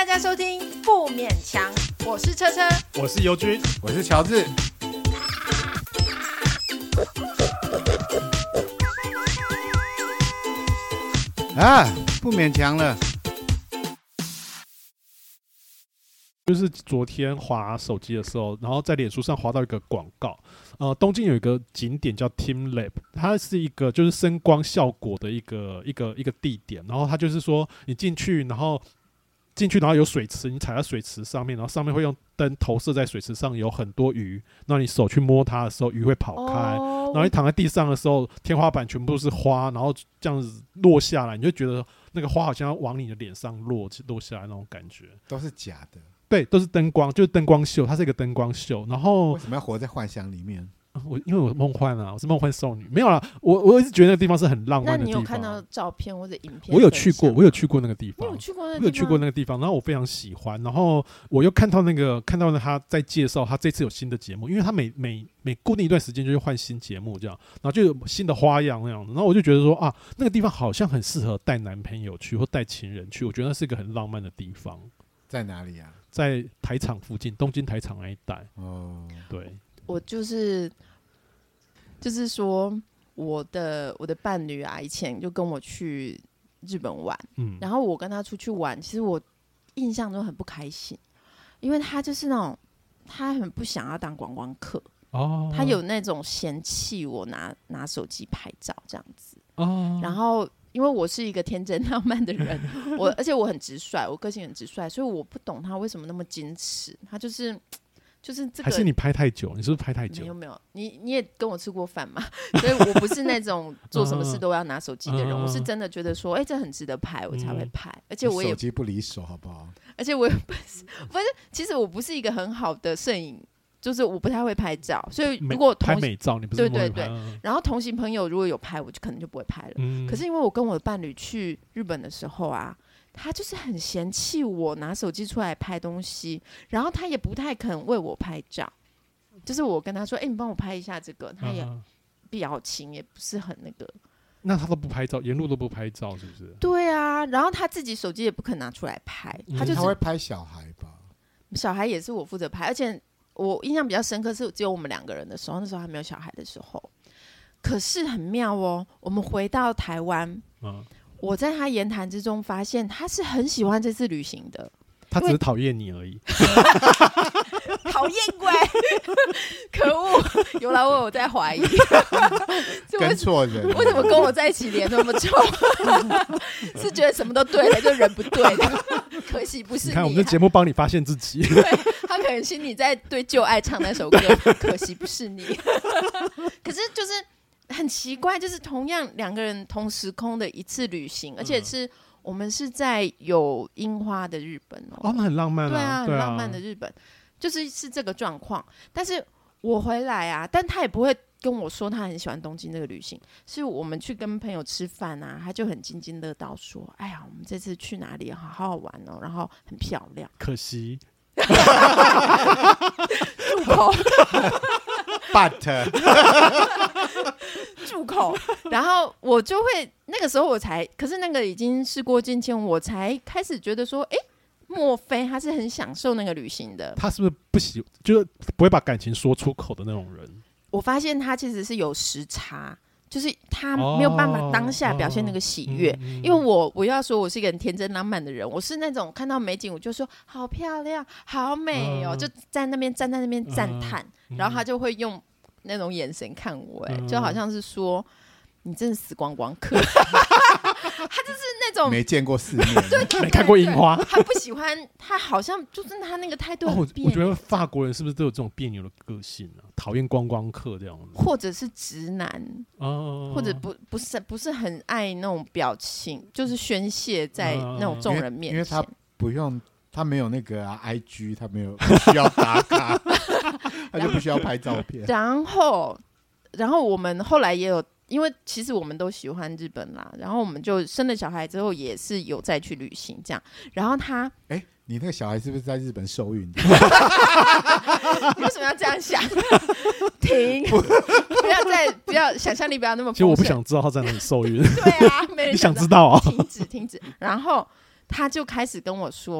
大家收听不勉强，我是车车， 我是尤军， 我是乔治。不勉强了。 就是昨天滑手机的时候，然后在脸书上滑到一个广告，东京有一个景点叫 TeamLab， 它是一个就是声光效果的一个地点，然后它就是说你进去，然后有水池，你踩在水池上面，然后上面会用灯投射在水池上，有很多鱼，然后你手去摸它的时候，鱼会跑开，然后你躺在地上的时候，天花板全部都是花，然后这样子落下来，你就觉得那个花好像要往你的脸上落下来那种感觉， 都是假的。 对，都是灯光，就是灯光秀，它是一个灯光秀。然后为什么要活在幻想里面？ 因为我梦幻啊，我是梦幻少女，没有啦。我一直觉得那个地方是很浪漫的地方。 那你有看到照片或者影片？ 我有去过那个地方。 你有去过那个地方？ 我有去过那个地方，然后我非常喜欢。然后我又看到了他在介绍他这次有新的节目，因为他每固定一段时间就会换新节目这样，然后就有新的花样那样子。然后我就觉得说啊，那个地方好像很适合带男朋友去或带情人去，我觉得那是一个很浪漫的地方。 在哪里啊？ 在台场附近，东京台场那一带。哦，对， 我就是说，我的伴侣啊，以前就跟我去日本玩，然后我跟他出去玩，其实我印象中很不开心，因为他就是那种他很不想要当观光客，他有那种嫌弃我拿手机拍照这样子，然后。因为我是一个天真浪漫的人，而且我很直率，我个性很直率，所以我不懂他为什么那么矜持。他就是这个。 还是你拍太久？你是不是拍太久？ 没有，你也跟我吃过饭嘛，所以我不是那种做什么事都要拿手机的人。我是真的觉得说，这很值得拍，我才会拍。而且我也手机不离手，好不好？ 而且我也不是，其实我不是一个很好的摄影。就是我不太会拍照，所以如果拍美照，你不是对，然后同行朋友如果有拍，我就可能就不会拍了。可是因为我跟我的伴侣去日本的时候啊，他就是很嫌弃我拿手机出来拍东西，然后他也不太肯为我拍照。就是我跟他说：“你帮我拍一下这个。”他也表情也不是很那个。 那他都不拍照，沿路都不拍照，是不是？ 对啊，然后他自己手机也不肯拿出来拍，他会拍小孩吧？ 小孩也是我负责拍，而且。我印象比较深刻是只有我们2个人的时候，那时候还没有小孩的时候。可是很妙哦，我们回到台湾，我在他言谈之中发现他是很喜欢这次旅行的。 他只是讨厌你而已。 讨厌鬼！可恶！有来我有在怀疑， 跟错人。 为什么跟我在一起脸那么臭？是觉得什么都对了，就人不对了。可惜不是你。 你看我们的节目帮你发现自己。 对，他可能心里在对旧爱唱那首歌，可惜不是你。可是就是很奇怪，就是同样2个人同时空的一次旅行，而且是。我们是在有樱花的日本哦， 那很浪漫啊。 对啊，很浪漫的日本，就是这个状况。但是我回来啊，但他也不会跟我说他很喜欢东京这个旅行，是我们去跟朋友吃饭啊，他就很津津乐道说：“哎呀，我们这次去哪里好好玩哦，然后很漂亮。” 可惜， 住口 ，but 住口。然后我就会那个时候可是那个已经事过境迁，我才开始觉得说，莫非他是很享受那个旅行的？ 他是不是就是不会把感情说出口的那种人？ 我发现他其实是有时差，就是他没有办法当下表现那个喜悦。因为我要说我是一个很天真浪漫的人，我是那种看到美景我就说好漂亮好美哦，就站在那边赞叹，然后他就会用那种眼神看我，就好像是说你真是死光光客。他就是那种没见过世面， 对， 没看过樱花。 他不喜欢，他好像就是他那个态度很别扭。 我觉得法国人是不是都有这种别扭的个性啊？讨厌观光客这样子， 或者是直男，或者不是很爱那种表情，就是宣泄在那种众人面前。 因为他不用，他没有那个IG， 他没有不需要打卡，他就不需要拍照片。 然后我们后来也有。因为其实我们都喜欢日本啦，然后我们就生了小孩之后也是有再去旅行这样。然后他， 你那个小孩是不是在日本受孕的？ 你为什么要这样想？停！不要想象力不要那么丰盛。 其实我不想知道他在哪里受孕。 对啊，没人你想知道啊？ 停止。然后他就开始跟我说：“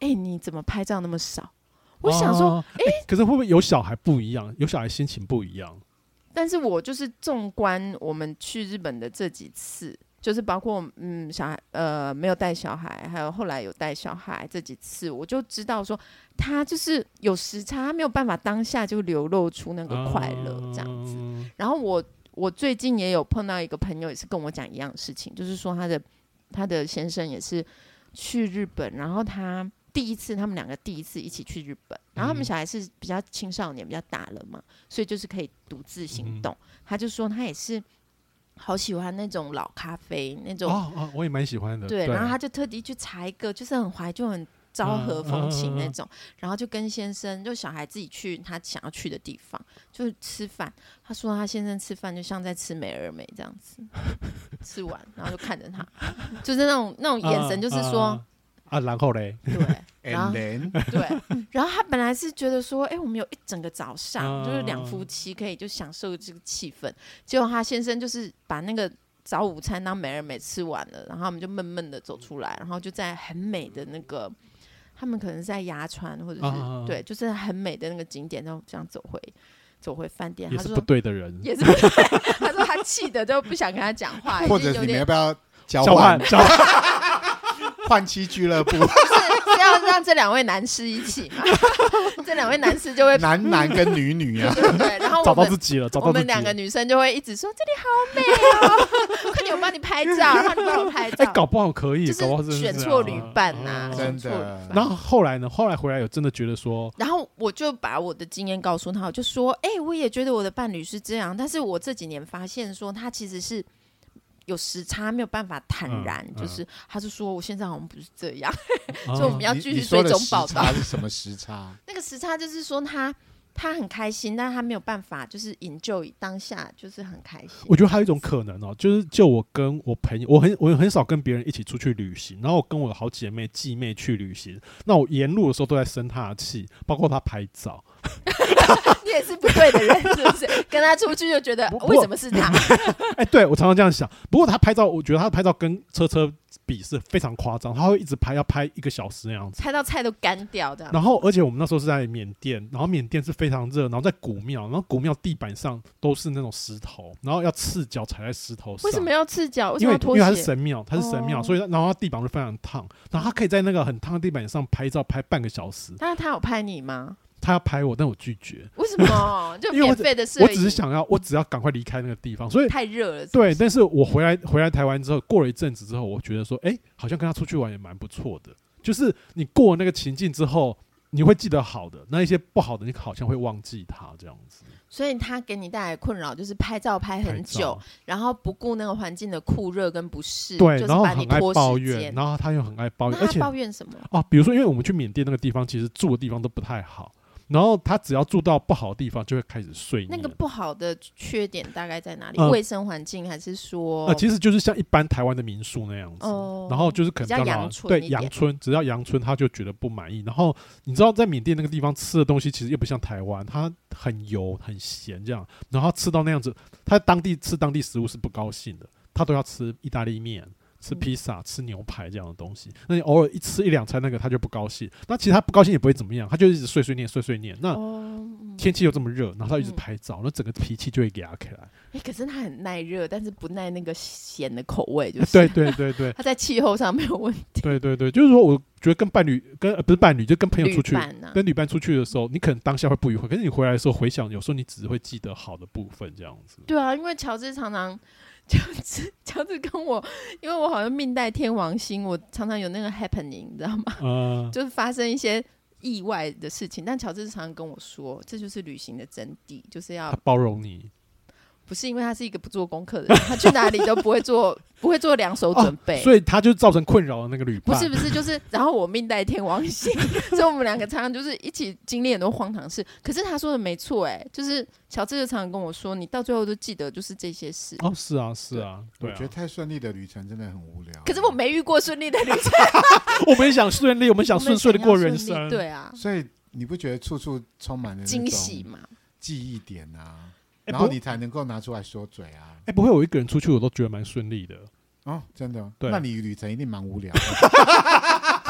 你怎么拍照那么少？我想说， 可是会不会有小孩不一样？有小孩心情不一样。 但是我就是纵观我们去日本的这几次，就是包括小孩没有带小孩，还有后来有带小孩这几次，我就知道说他就是有时差，他没有办法当下就流露出那个快乐这样子。然后我最近也有碰到一个朋友，也是跟我讲一样的事情，就是说他的先生也是去日本，然后他们两个第一次一起去日本，然后他们小孩是比较青少年，比较大了嘛，所以就是可以独自行动。他就说他也是好喜欢那种老咖啡那种我也蛮喜欢的。 对，然后他就特地去查一个，就是很怀旧、很昭和风情那种，然后就跟先生就小孩自己去他想要去的地方，就是吃饭。他说他先生吃饭就像在吃美而美这样子，吃完然后就看着他，就是那种眼神，就是说。 然后嘞， 对，然后对，然后他本来是觉得说，我们有一整个早上，就是两夫妻可以就享受这个气氛。结果他先生就是把那个早午餐当美而美吃完了，然后他们就闷闷的走出来，然后就在很美的那个，他们可能是在鸭川或者是对，就是很美的那个景点，然后这样走回饭店。 也是不对的人， 也是不对。他说他气的都不想跟他讲话， 或者你们要不要交换？ 换妻俱乐部是要让这两位男士一起嘛？这两位男士就会男跟女啊， 对，然后找到自己了， 我们两个女生就会一直说这里好美哦，快点我帮你拍照，然后你帮我拍照。 搞不好可以，搞不好选错旅伴呐， 真的。 然后后来呢？后来回来有真的觉得说， 然后我就把我的经验告诉他，我就说，我也觉得我的伴侣是这样，但是我这几年发现说他其实是。有时差没有办法坦然，就是他就说我现在好像不是这样，所以我们要继续追踪报道。 是什么时差？ 那个时差就是说他很开心，但是他没有办法就是enjoy当下，就是很开心。 我觉得还有一种可能就是就我跟我朋友，我很少跟别人一起出去旅行，然后我跟我的好姐妹继妹去旅行，那我沿路的时候都在生她的气，包括她拍照。 你也是不对的人，是不是？跟他出去就觉得为什么是他？ 对，我常常这样想。不过他拍照，我觉得他拍照跟车比是非常夸张，他会一直拍，要拍1个小时那样子， 拍到菜都干掉这样。 然后，而且我们那时候是在缅甸，然后缅甸是非常热，然后在古庙，然后古庙地板上都是那种石头，然后要赤脚踩在石头上。 为什么要赤脚？ 因为它是神庙，所以然后它地板就非常烫，然后他可以在那个很烫的地板上拍照拍半个小时。 但是他有拍你吗？ 他要拍我，但我拒绝。 为什么？就免费的摄影。 我只要赶快离开那个地方，所以太热了。 对，但是我回来台湾之后，过了一阵子之后，我觉得说，好像跟他出去玩也蛮不错的。就是你过那个情境之后，你会记得好的，那一些不好的，你好像会忘记它这样子。 所以他给你带来困扰就是拍照拍很久，然后不顾那个环境的酷热跟不适， 对， 就是然后很爱抱怨， 然后他又很爱抱怨， 而且他抱怨什么？ 比如说，因为我们去缅甸那个地方，其实住的地方都不太好。然后他只要住到不好的地方，就会开始睡。 那个不好的缺点大概在哪里？卫生环境，还是说？ 其实就是像一般台湾的民宿那样子。然后就是可能比较阳春， 对阳春，只要阳春他就觉得不满意。然后你知道，在缅甸那个地方吃的东西，其实又不像台湾，它很油很咸这样。然后吃到那样子，他当地吃当地食物是不高兴的，他都要吃意大利面。吃披萨、吃牛排这样的东西，那你偶尔一吃1-2餐那个他就不高兴。那其实他不高兴也不会怎么样，他就一直碎碎念。那天气又这么热，然后他一直拍照，那整个脾气就会压起来。 可是他很耐热，但是不耐那个咸的口味，就是。 对。 他在气候上没有问题。 对，就是说，我觉得跟伴侣不是伴侣，就跟朋友出去，跟旅伴出去的时候，你可能当下会不愉快，可是你回来的时候回想，有时候你只会记得好的部分这样子。 对啊，因为乔治常常。乔治跟我，因为我好像命带天王星，我常常有那个 happening， 你知道吗？就是发生一些意外的事情。但乔治常常跟我说，这就是旅行的真谛，就是要他包容你。 不是因为他是一个不做功课的人，他去哪里都不会做2手准备， 所以他就造成困扰的那个旅伴。 不是，就是然后我命带天王星，所以我们两个常常就是一起经历很多荒唐事。可是他说的没错，就是乔治就常常跟我说，你到最后都记得就是这些事。 是啊， 我觉得太顺利的旅程真的很无聊。 可是我没遇过顺利的旅程。 我们也想顺利，我们想顺遂的过人生。 对啊， 所以你不觉得处处充满了惊喜吗？ 记忆点啊？然后你才能够拿出来说嘴啊！ 不会，我一个人出去我都觉得蛮顺利的。 真的？ 对， 那你旅程一定蛮无聊的。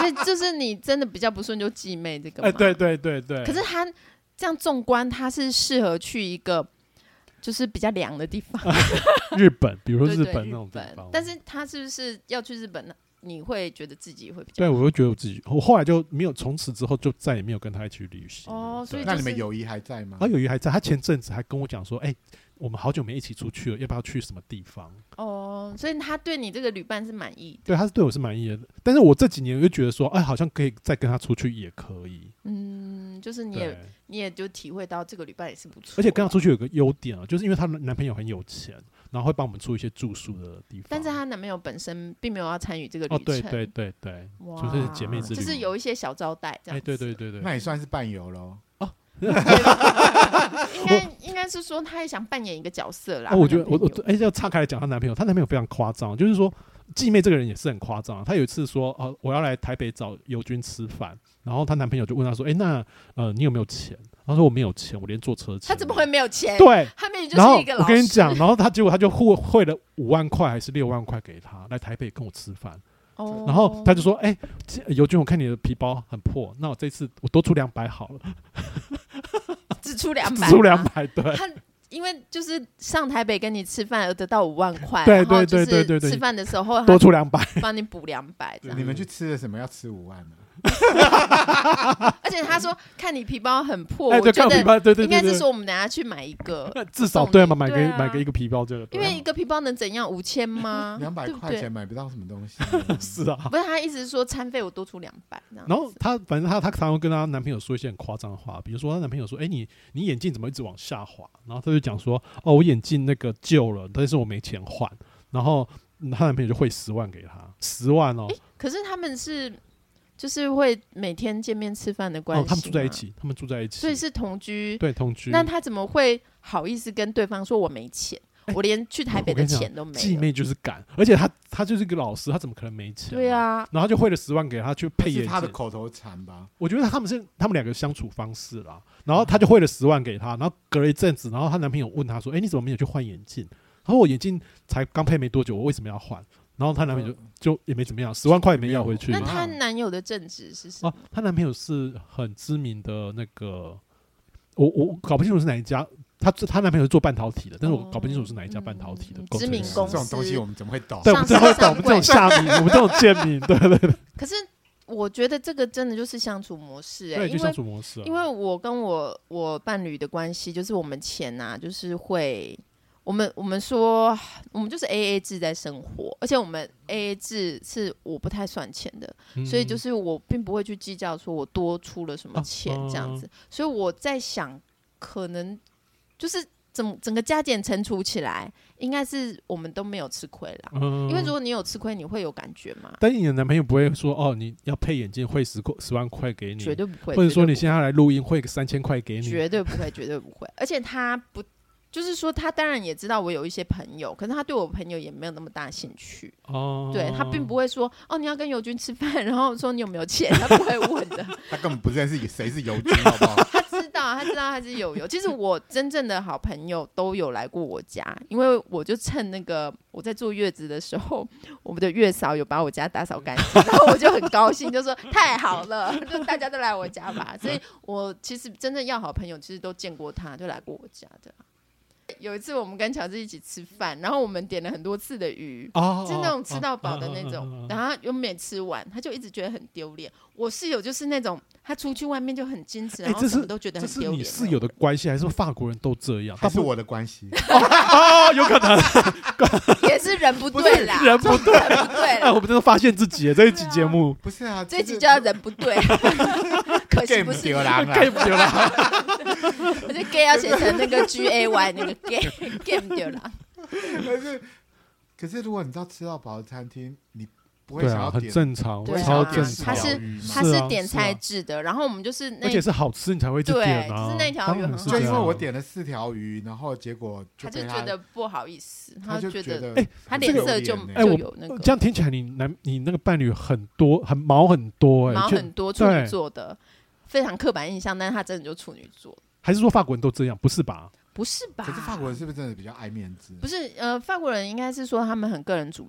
所以就是你真的比较不顺就继妹这个嘛。 对对对对。 可是他这样纵观，他是适合去一个就是比较凉的地方， 日本，比如说对日本那种地方。 但是他是不是要去日本呢？你会觉得自己会比较对，我会觉得我自己，我后来就没有，从此之后就再也没有跟他一起旅行。 哦，所以、 那你们友谊还在吗？ 友谊还在，他前阵子还跟我讲说，我们好久没一起出去了，要不要去什么地方？ 哦，所以他对你这个旅伴是满意的。 对，他是对我是满意的，但是我这几年我就觉得说，好像可以再跟他出去也可以。 就是你也就体会到这个旅伴也是不错。 而且跟他出去有个优点啊，就是因为她的男朋友很有钱，然后会帮我们出一些住宿的地方。 但是她男朋友本身并没有要参与这个旅程。 对对对对，就是姐妹之旅， 就是有一些小招待这样子。 对对对对， 那也算是伴游咯。 应该是说她也想扮演一个角色啦。 我觉得要岔开来讲她男朋友，她男朋友非常夸张，就是说继妹这个人也是很夸张。她有一次说我要来台北找友军吃饭，然后她男朋友就问她说那你有没有钱？她说我没有钱，我连坐车钱。 她怎么会没有钱？ 对， 她明明就是一个老师。 我跟你讲，然后结果他就汇了5万块还是6万块给她来台北跟我吃饭。然后他就说友军，我看你的皮包很破，那我这次我多出200好了。 只出200， 只出200，对。 他因为就是上台北跟你吃饭而得到5万块， 对对对对对对， 吃饭的时候多出200， 帮你补200。 你们去吃了什么？要吃5万呢？ 而且他说看你皮包很破， 我觉得应该是说我们等下去买一个， 至少对嘛，买个一个皮包这个， 因为一个皮包能怎样？5000吗 ？200块钱买不到什么东西。 是啊， 不是他意思是说餐费我多出200。 然后反正她常常跟她男朋友说一些很夸张的话，比如说她男朋友说你眼镜怎么一直往下滑？然后她就讲说我眼镜那个旧了，但是我没钱换。然后她男朋友就汇10万给她，10万哦。 可是他们是。就是会每天见面吃饭的关系， 他们住在一起， 所以是同居。 对，同居。 那他怎么会好意思跟对方说我没钱？我连去台北的钱都没有。 继妹就是敢，而且他就是一个老师，他怎么可能没钱？ 对啊， 然后就汇了10万给他去配眼镜。 是他的口头禅吧？ 我觉得他们两个相处方式啦。然后他就汇了10万给他，然后隔了一阵子，然后她男朋友问他说：“你怎么没有去换眼镜？”他说：“我眼镜才刚配没多久，我为什么要换？”然后她男朋友就也没怎么样，10万块也没要回去。 那她男友的正职是什么？ 她男朋友是很知名的那个，我搞不清楚是哪一家。她男朋友是做半导体的，但是我搞不清楚是哪一家半导体的知名公司。 这种东西我们怎么会懂？ 对，我们怎么会懂？我们这种下民，我们这种贱民，对对对。 可是我觉得这个真的就是相处模式， 对，就相处模式。 因为我跟我伴侣的关系，就是我们钱啊，就是会。我们说，我们就是 AA 制在生活，而且我们 AA 制是我不太算钱的，所以就是我并不会去计较说我多出了什么钱这样子，所以我在想，可能就是整个加减乘除起来，应该是我们都没有吃亏啦。因为如果你有吃亏，你会有感觉吗？ 但是你的男朋友不会说你要配眼镜汇10万块给你， 绝对不会， 或者说你现在来录音汇个3000块给你， 绝对不会，绝对不会，而且他不。就是说，他当然也知道我有一些朋友，可是他对我朋友也没有那么大兴趣。对，他并不会说你要跟友军吃饭，然后说你有没有钱，他不会问的。 他根本不认识谁是友军，好不好？ 他知道他是友。其实我真正的好朋友都有来过我家，因为我就趁那个我在坐月子的时候，我们的月嫂有把我家打扫干净，然后我就很高兴，就说太好了，就大家都来我家吧。所以我其实真正要好朋友，其实都见过他，就来过我家的。有一次我们跟乔治一起吃饭，然后我们点了很多次的鱼，就是那种吃到饱的那种，然后又没吃完，他就一直觉得很丢脸。我室友就是那种他出去外面就很矜持，然后什么都觉得很丢脸。 这是你室友的关系，还是法国人都这样？ 还是我的关系？ 有可能也是人不对啦， 人不对啦。我们真的发现自己这一集节目， 不是啊， 这一集叫人不对，可惜不是丢啦 ，gay 不丢啦。 而且 gay 要写成那个 GAY 那个 gay 不丢啦。 可是如果你知道吃到饱的餐厅，你不会想要点， 很正常， 超正常。 它是点菜制的，然后我们就是而且是好吃你才会去点啊。 就是那条鱼很好吃， 就因为我点了4条鱼，然后结果他就觉得不好意思， 他就觉得他脸色就有那个。 这样听起来你那个伴侣很多毛很多毛很多，处女座的非常刻板印象，但是他真的就处女座。 还是说法国人都这样？不是吧？ 不是吧？ 可是法国人是不是真的比较爱面子？ 不是，法国人应该是说他们很个人主义，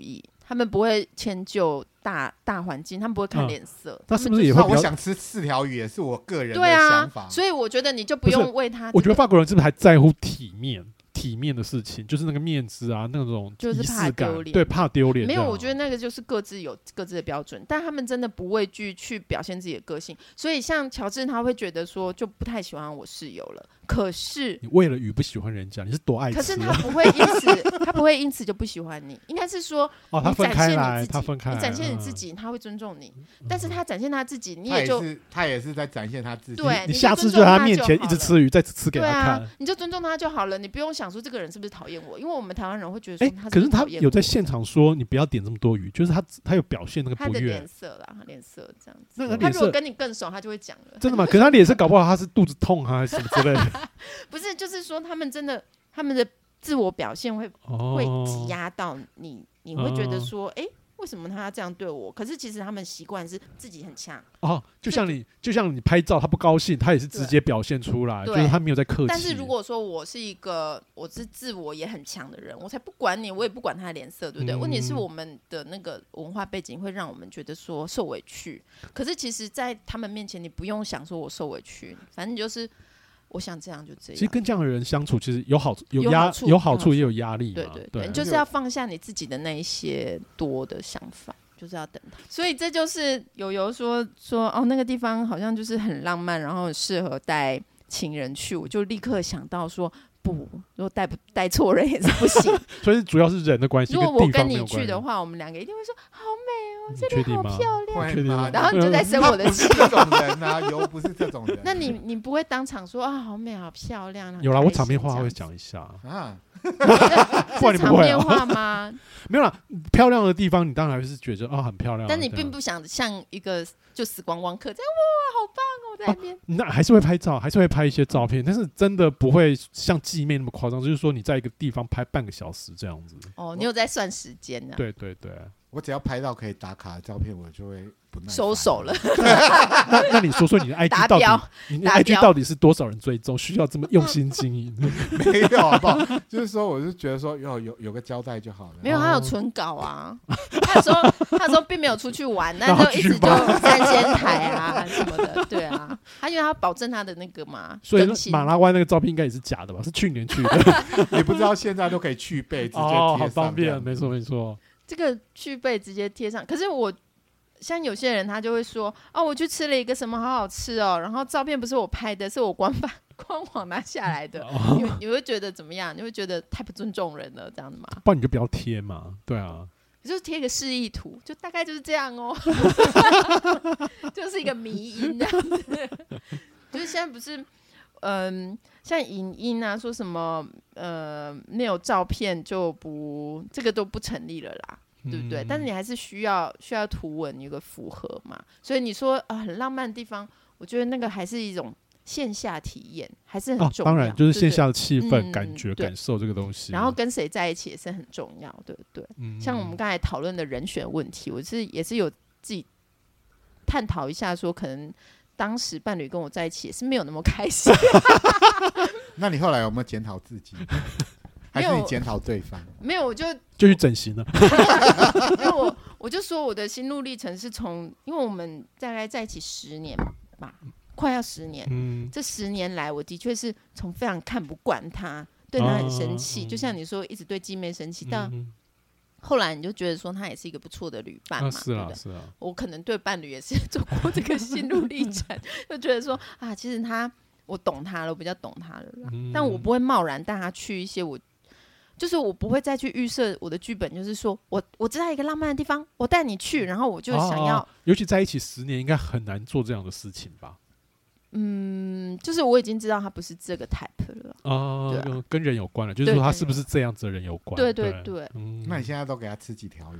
他们不会迁就大环境，他们不会看脸色。 那是不是也会比较？ 我想吃4条鱼也是我个人的对啊想法， 所以我觉得你就不用为他、 我觉得法国人是不是还在乎体面的事情，就是那个面子啊，那种就是怕丢脸， 对，怕丢脸。 没有，我觉得那个就是各自有各自的标准，但他们真的不畏惧去表现自己的个性。所以像乔治，他会觉得说就不太喜欢我室友了。可是你为了鱼不喜欢人家，你是多爱吃？ 可是他不会因此就不喜欢你，应该是说他分开来，他分开来， 你展现你自己，他会尊重你。但是他展现他自己，你他也是在展现他自己。 对， 你下次就在他面前一直吃鱼，再吃给他看。 对啊，你就尊重他就好了，你不用想说这个人是不是讨厌我，因为我们台湾人会觉得说他是不是讨厌我。 可是他有在现场说你不要点这么多鱼，就是他有表现那个不悦， 他的脸色啦，他脸色这样子。 那个他如果跟你更熟，他就会讲了。 真的吗？可是他脸色搞不好他是肚子痛啊，还是什么之类的。 不是，就是说他们真的他们的自我表现会挤压到你，你会觉得说，为什么他要这样对我？可是其实他们习惯是自己很强就像你拍照，他不高兴，他也是直接表现出来，就是他没有在客气。 但是如果说我是自我也很强的人，我才不管你，我也不管他的脸色，对不对？问题是我们的那个文化背景会让我们觉得说受委屈，可是其实，在他们面前，你不用想说我受委屈，反正就是我想这样就这样。 其实跟这样的人相处，其实有好处也有压力嘛。 对，你就是要放下你自己的那一些多的想法，就是要等他。所以这就是友说那个地方好像就是很浪漫，然后很适合带情人去，我就立刻想到说。不，如果带错人也是不行。 所以主要是人的关系。 如果我跟你去的话，我们两个一定会说好美哦，这里好漂亮。然后你就在生我的气。 这种人啊，油不是这种人。 那你不会当场说好美好漂亮？ 有啦，我场面话会讲一下啊。 不然你不会场面话吗？ 没有啦，漂亮的地方你当然还是觉得很漂亮。 但你并不想像一个就死光光客这样，哇，好棒哦，在那边。 那还是会拍照，还是会拍一些照片，但是真的不会像继妹那么夸张，就是说你在一个地方拍半个小时这样子。 你有在算时间呢？ 对对对。 我只要拍到可以打卡的照片，我就会不耐烦收手了。 那你说你的 IG 到底，你的 IG 到底是多少人追踪？需要这么用心经营？ 没有，好不好？就是说，我是觉得说有个交代就好了。 没有，他有存稿啊。他说并没有出去玩，那就一直就三仙台啊什么的，对啊。他因为他要保证他的那个嘛， 所以马拉湾那个照片应该也是假的吧？是去年去的， 也不知道现在都可以去背，直接贴上， 好方便，没错没错。 这个去背直接贴上，可是像有些人他就会说我去吃了一个什么好好吃哦，然后照片不是我拍的，是我官网拿下来的，你会觉得怎么样？你会觉得太不尊重人了，这样子吗？ 不然你就不要贴嘛，对啊， 你就贴个示意图，就大概就是这样哦，就是一个迷因这样子。就是现在不是像影音啊，说什么没有照片就不这个都不成立了啦。对不对？但是你还是需要图文有个符合嘛，所以你说很浪漫的地方，我觉得那个还是一种线下体验，还是很重要。 当然，就是线下的气氛、感觉、感受这个东西。 然后跟谁在一起也是很重要，对不对？像我们刚才讨论的人选问题，也是有自己探讨一下，说可能当时伴侣跟我在一起也是没有那么开心。 那你后来有没有检讨自己？还是你检讨对方？ 没有，我就去整形了。 因为我就说我的心路历程是因为我们大概在一起10年吧，快要10年。这10年来，我的确是从非常看不惯他，对他很生气，就像你说一直对继妹生气，到后来你就觉得说他也是一个不错的旅伴嘛， 是啊是啊。我可能对伴侣也是走过这个心路历程，就觉得说其实我懂他了，我比较懂他了啦。但我不会贸然带他去一些就是我不会再去预设我的剧本，就是说我知道一个浪漫的地方，我带你去，然后我就想要。 尤其在一起10年，应该很难做这样的事情吧？ 就是我已经知道他不是这个 type 了跟人有关了，就是说他是不是这样子的人有关。 对对对。 那你现在都给他吃几条鱼？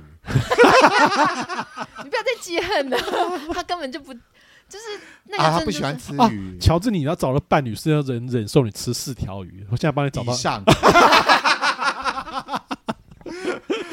你不要再记恨了，他根本就不。就是那个他不喜欢吃鱼。 乔治，你要找的伴侣是要忍受你吃4条鱼，我现在帮你找到。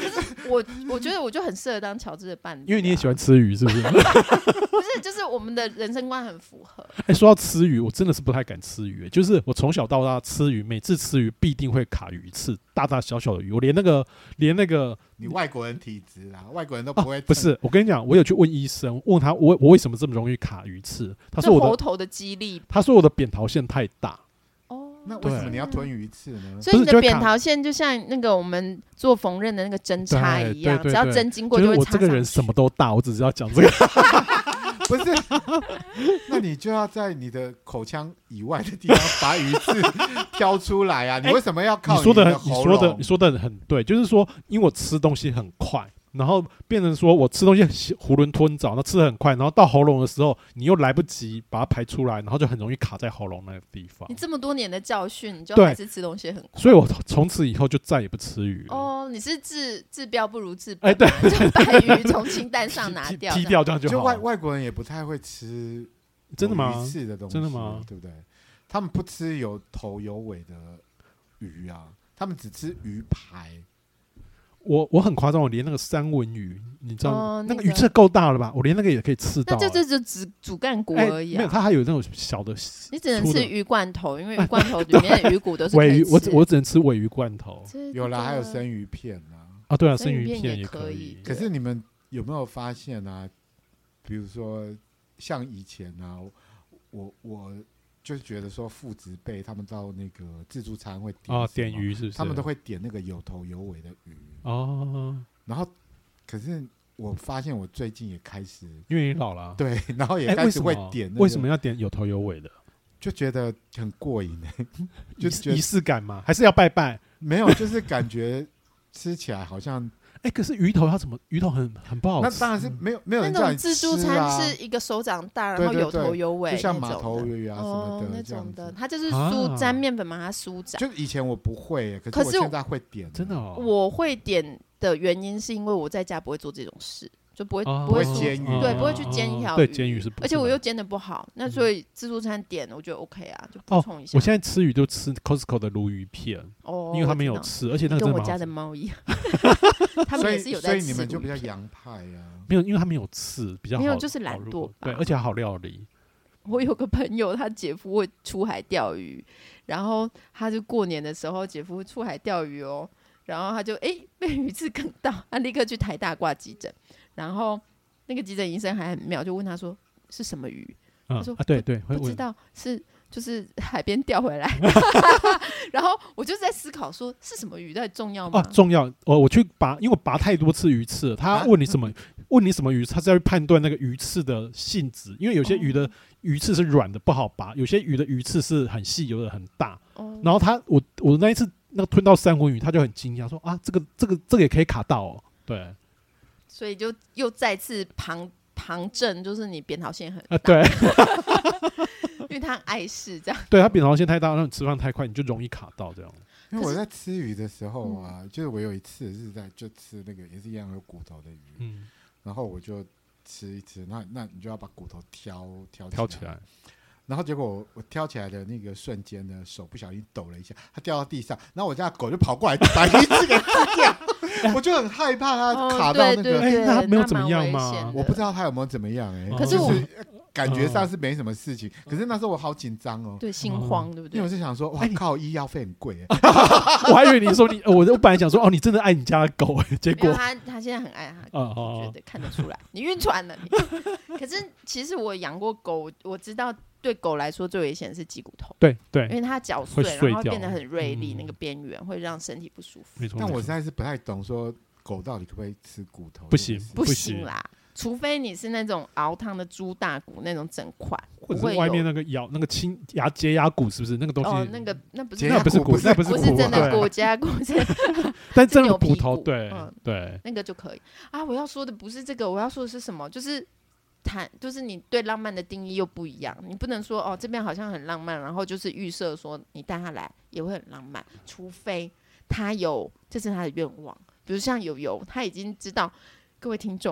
我觉得我就很适合当乔治的伴侣、 因为你也喜欢吃鱼，是不是？ 不是，就是我们的人生观很符合。 说到吃鱼，我真的是不太敢吃鱼，就是我从小到大吃鱼，每次吃鱼必定会卡鱼刺，大大小小的鱼，我连那个你外国人体质啦，外国人都不会、 不是，我跟你讲，我有去问医生，问他我为什么这么容易卡鱼刺，他说喉头的肌力， 他说我的扁桃腺太大。 那为什么你要吞鱼刺呢？ 所以你的扁桃腺就像那个我们做缝纫的那个针插一样，只要针经过就会插上去。 我这个人什么都大，我只是要讲这个。 不是，那你就要在你的口腔以外的地方把鱼刺挑出来啊！你为什么要靠你的喉咙？ 你说的很对，就是说，因为我吃东西很快。然后变成说我吃东西囫囵吞枣，那吃得很快，然后到喉咙的时候，你又来不及把它排出来，然后就很容易卡在喉咙那个地方。 你这么多年的教训，你就还是吃东西很快。 所以我从此以后就再也不吃鱼了。 哦，你是治标不如治本， 对， 就把鱼从清淡上拿掉， 踢掉这样就好。 就外国人也不太会吃真的吗？ 鱼刺的东西， 真的吗？ 对不对？他们不吃有头有尾的鱼啊，他们只吃鱼排。 我很夸张，我连那个三文鱼，你知道、那个鱼刺够大了吧？我连那个也可以刺到、 那就只主干骨而已、啊没有，它还有那种小的。 你只能吃鱼罐头，因为鱼罐头里面的鱼骨都是可以吃。 我只能吃鲔鱼罐头。 有啦，还有生鱼片啊。 啊，对啊，生鱼片也可以。 可是你们有没有发现啊？比如说像以前啊，我就是觉得说父执辈他们到那个自助餐会点鱼是不是？ 他们都会点那个有头有尾的鱼哦。 然后，可是我发现我最近也开始， 因为你老了， 对，然后也开始会点、 为什么要点有头有尾的？ 就觉得很过瘾就仪式感嘛，还是要拜拜？ 没有，就是感觉吃起来好像。 可是鱼头要怎么？鱼头很不好吃。 那当然是没有人叫你吃啊。 那种自助餐是一个手掌大，然后有头有尾， 就像马头鱼啊什么的那种的。它就是沾面粉把它舒展。 就以前我不会，可是我现在会点。 真的哦。 我会点的原因是因为我在家不会做这种事。就不会煎鱼， 对，不会去煎一条鱼， 对，煎鱼是不， 而且我又煎的不好，那所以自助餐点我觉得 OK 啊，就补充一下。 我现在吃鱼就吃 Costco 的鲈鱼片，因为他没有吃，而且那个跟我家的猫一样，他们也是有在吃。 所以你们就比较洋派啊？ 没有，因为他没有刺，比较好， 没有就是懒惰吧。 对，而且好料理。 我有个朋友，他姐夫会出海钓鱼，然后他就过年的时候，姐夫出海钓鱼哦，然后他就被鱼刺梗到，他立刻去台大挂急诊，然后。那个急诊医生还很妙，就问他说是什么鱼？他说对， 不知道，就是海边钓回来。然后我就在思考说是什么鱼，到底重要吗？ 重要。我去拔，因为我拔太多次鱼刺了。他问你什么鱼，他是要去判断那个鱼刺的性质，因为有些鱼的鱼刺是软的不好拔，有些鱼的鱼刺是很细，有的很大。然后我那一次那个吞到三文鱼，他就很惊讶说啊，这个也可以卡到哦，对。 所以就又再次旁证，就是你扁桃腺很大， 对， 因为他很碍事这样。 对，他扁桃腺太大，然后你吃饭太快，你就容易卡到这样。 因为我在吃鱼的时候啊，就是我有一次是就吃那个也是一样有骨头的鱼，然后我就吃一吃，那你就要把骨头挑起来。然后结果我挑起来的那个瞬间呢，手不小心抖了一下，它掉到地上，然后我家狗就跑过来把鱼刺给吃掉，我就很害怕它卡到那个。 那它没有怎么样吗？ 我不知道它有没有怎么样可是我感觉上是没什么事情，可是那时候我好紧张哦， 对，心慌，对不对？ 因为我是想说，哇靠，医药费很贵。 我还以为你说我本来想说，你真的爱你家的狗，结果他现在很爱他，我觉得看得出来，你晕船了。可是其实我养过狗，我知道。对狗来说最危险的是鸡骨头， 对， 因为它绞碎，然后变得很锐利，那个边缘会让身体不舒服。 但我实在是不太懂，说狗到底可不可以吃骨头？ 不行啦，除非你是那种熬汤的猪大骨那种整块， 或者是外面那个那个洁牙骨，是不是那个东西？ 那不是骨，那不是真的骨洁牙骨， 但真的骨头，对， 那个就可以啊。我要说的不是这个，我要说的是什么？就是你对浪漫的定义又不一样，你不能说这边好像很浪漫，然后就是预设说你带他来也会很浪漫，除非这是他的愿望。比如像友他已经知道，各位听众，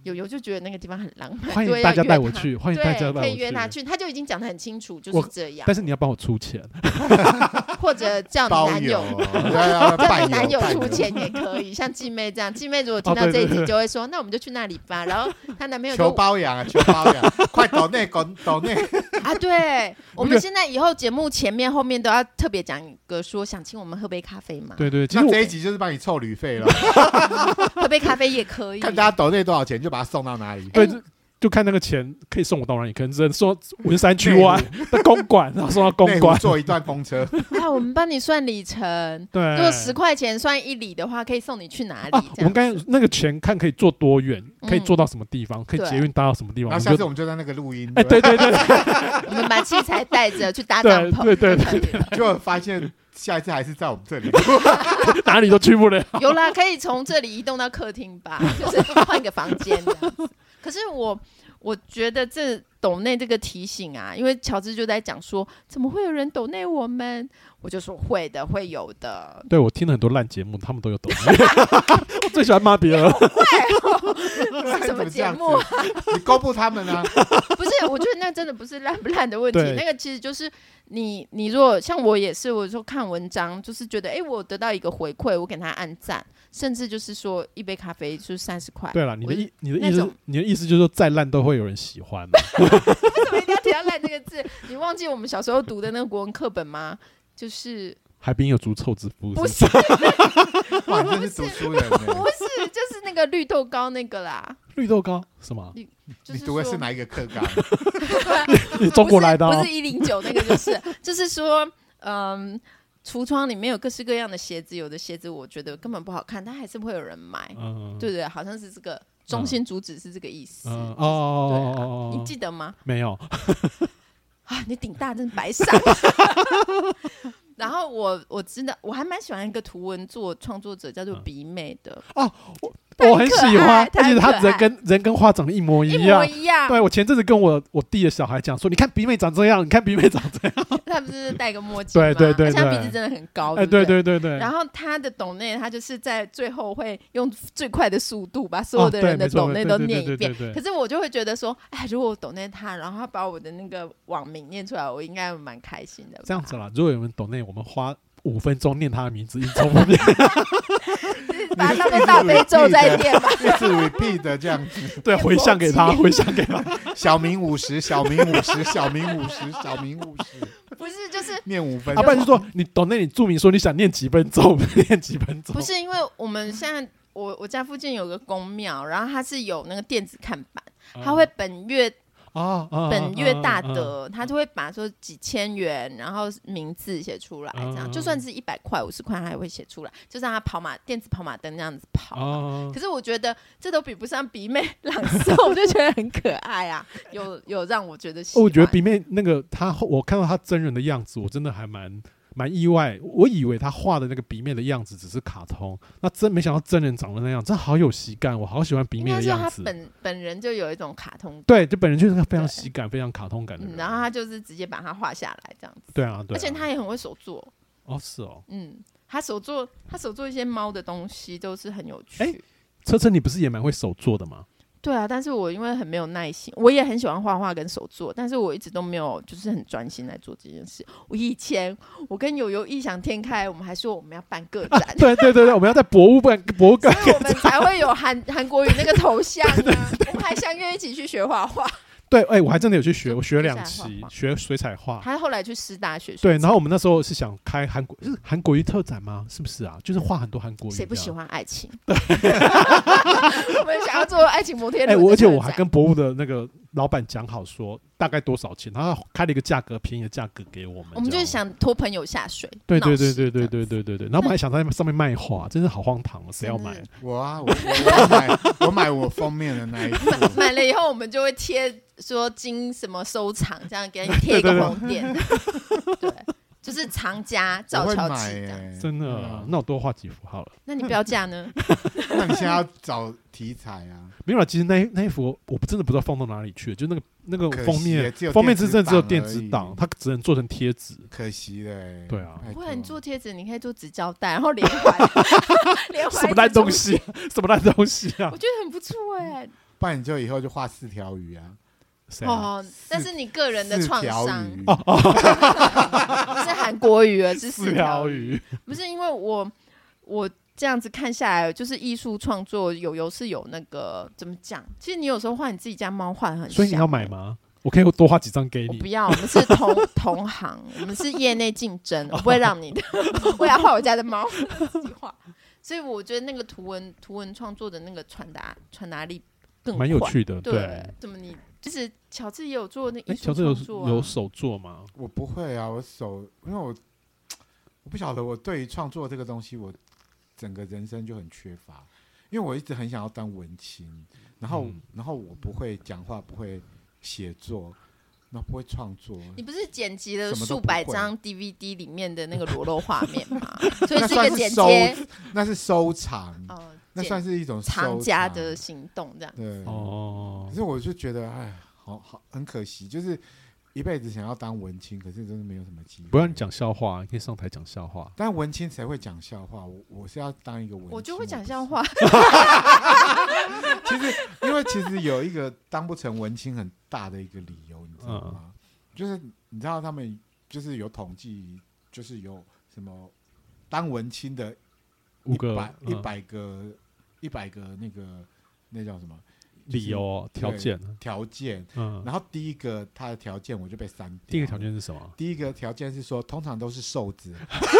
有就觉得那个地方很浪漫， 欢迎大家带我去，欢迎大家带我去， 可以约他去，他就已经讲得很清楚，就是这样。 但是你要帮我出钱， 或者叫你男友，叫你男友出钱也可以，像季妹这样。季妹如果听到这一集就会说，那我们就去那里吧。然后她男朋友求包养啊，求包养，快抖内抖内啊！对，我们现在以后节目前面后面都要特别讲一个说，想请我们喝杯咖啡吗？ 对， 那这一集就是帮你凑旅费了。 喝杯咖啡也可以， 看大家抖内多少钱就把它送到哪里。 对，就看那个钱可以送我到哪里，可能只能说文山区湾的公馆，然后送到公馆， 坐一段公车。 我们帮你算里程。 对， 如果10块钱算1里的话，可以送你去哪里？ 我们刚才那个钱看可以坐多远，可以坐到什么地方，可以捷运搭到什么地方。 然后下次我们就在那个录音。 对， 我们把器材带着去搭帐篷。 对， 就发现下一次还是在我们这里， 哪里都去不了。 有啦，可以从这里移动到客厅吧，就是换个房间这样子。可是我觉得这抖内这个提醒啊，因为乔治就在讲说，怎么会有人抖内我们？我就说会的，会有的。 对，我听了很多烂节目，他们都有抖内。我最喜欢骂别人。 是什么节目？ 你公布他们啊？ 不是，我觉得那真的不是烂不烂的问题，那个其实就是你如果像我也是，我说看文章就是觉得，我得到一个回馈，我给他按赞。甚至就是说一杯咖啡就是30块。 对了，你的意思就是说再烂都会有人喜欢。 为什么一定要提到烂这个字？你忘记我们小时候读的那个国文课本吗？就是海边有足臭之夫。 不是， 哇，你真是读书人。 不是，就是那个绿豆糕那个啦。 绿豆糕什么？ 你读的是哪一个课纲？ 你中国来的？ 不是109那个，就是说，橱窗里面有各式各样的鞋子，有的鞋子我觉得根本不好看，但还是会有人买。对对，好像是这个中心主旨是这个意思。你记得吗？ 没有。 你顶大真是白傻。然后我知道，我还蛮喜欢一个图文创作者叫做鼻妹的。 我很喜欢，而且他人跟花长得一模一样。对，我前阵子跟我弟的小孩讲说，你看鼻妹长这样，你看鼻妹长这样。 他不是戴个墨镜吗？ 对， 而且他鼻子真的很高。 对。 然后他的抖内，他就是在最后会用最快的速度把所有的人的抖内都念一遍。可是我就会觉得说，如果我抖内他，然后他把我的那个网名念出来，我应该蛮开心的。 这样子啦，如果有人抖内，我们花5分钟念他的名字，一直重复念。 把他们大悲咒再念吧， 一直 repeat 的这样子。 对，回向给他。 小明50，小明50，小明50，小明50。 不是，就是念5分钟。 不然就说你懂那，你注明说你想念几分钟，念几分钟。 不是，因为我们现在我家附近有个公庙，然后它是有那个电子看板，它会本月大德，他就会把说几千元，然后名字写出来，这样就算是100块、50块，他也会写出来，就让他电子跑马灯那样子跑。可是我觉得这都比不上鼻妹朗诵，我就觉得很可爱啊，有让我觉得喜欢。 我觉得鼻妹那个我看到他真人的样子，我真的还蛮意外。我以为他画的那个鼻妹的样子只是卡通，那真没想到真人长得那样，真好有喜感，我好喜欢鼻妹的样子。 应该说他本人就有一种卡通感。 对，就本人就是非常喜感、非常卡通感的人。 然后他就是直接把它画下来这样子。 对啊， 而且他也很会手做。 是哦。 他手做一些猫的东西都是很有趣。 车车，你不是也蛮会手做的吗？ 对啊，但是我因为很没有耐心，我也很喜欢画画跟手作，但是我一直都没有就是很专心来做这件事。我跟友友异想天开，我们还说我们要办个展。 对，我们要在博物馆，所以我们才会有韩国语那个头像啊。我们还相约一起去学画画。 对，我还真的有去学，我学2期，学水彩画。 他后来去师大学。 对，然后我们那时候是想开韩国语特展吗？是不是啊？就是画很多韩国语。 谁不喜欢爱情？我们想要做爱情摩天轮。 而且我还跟博物的那个老板讲好说大概多少钱，他开了一个便宜的价格给我们。 我们就是想拖朋友下水。 对。然后我们还想在上面卖画，真是好荒唐哦！谁要买？ 我买我封面的那一幅。 买了以后，我们就会贴说经什么收藏，这样给你贴一个红点。对，就是藏家赵乔琪这样。 真的，那我多画几幅好了。 那你标价呢？ 那你现在要找题材啊？ 没有啦，其实那一幅我真的不知道放到哪里去，就那个封面是真的只有电子档，它只能做成贴纸， 可惜嘞。 对啊， 不然你做贴纸，你可以做纸胶带，然后连环什么烂东西？什么烂东西啊？ 我觉得很不错不然你就以后就画4条鱼啊。 哦，但是你个人的创伤不是韩国语而是4条鱼，不是因为我这样子看下来，就是艺术创作有是有那个怎么讲？其实你有时候画你自己家猫画得很像， 所以你要买吗？我可以多画几张给你。 我不要，我们是同行，我们是业内竞争，我不会让你的。我要画我家的猫，自己画。所以我觉得那个图文创作的那个传达力更快， 蛮有趣的。对， 怎么你就是乔治也有做那艺术创作乔治有手作吗？ 我不会啊，因为我不晓得，我对于创作这个东西，我整个人生就很缺乏，因为我一直很想要当文青，然后我不会讲话，不会写作，那不会创作。 你不是剪辑了数百张 DVD 里面的那个裸露画面吗？所以是一个剪接， 那是收藏，那算是一种藏家的行动，这样。 对可是我就觉得，哎，好很可惜，就是一辈子想要当文青，可是真的没有什么机会。 不然你讲笑话，你可以上台讲笑话。 但文青谁会讲笑话？我是要当一个文青， 我就会讲笑话。 其实有一个当不成文青很大的一个理由，你知道吗？就是你知道他们就是有统计，就是有什么当文青的100个那叫什么？ 理由条件， 然后第一个他的条件我就被删掉。 第一个条件是什么？ 第一个条件是说，通常都是瘦子。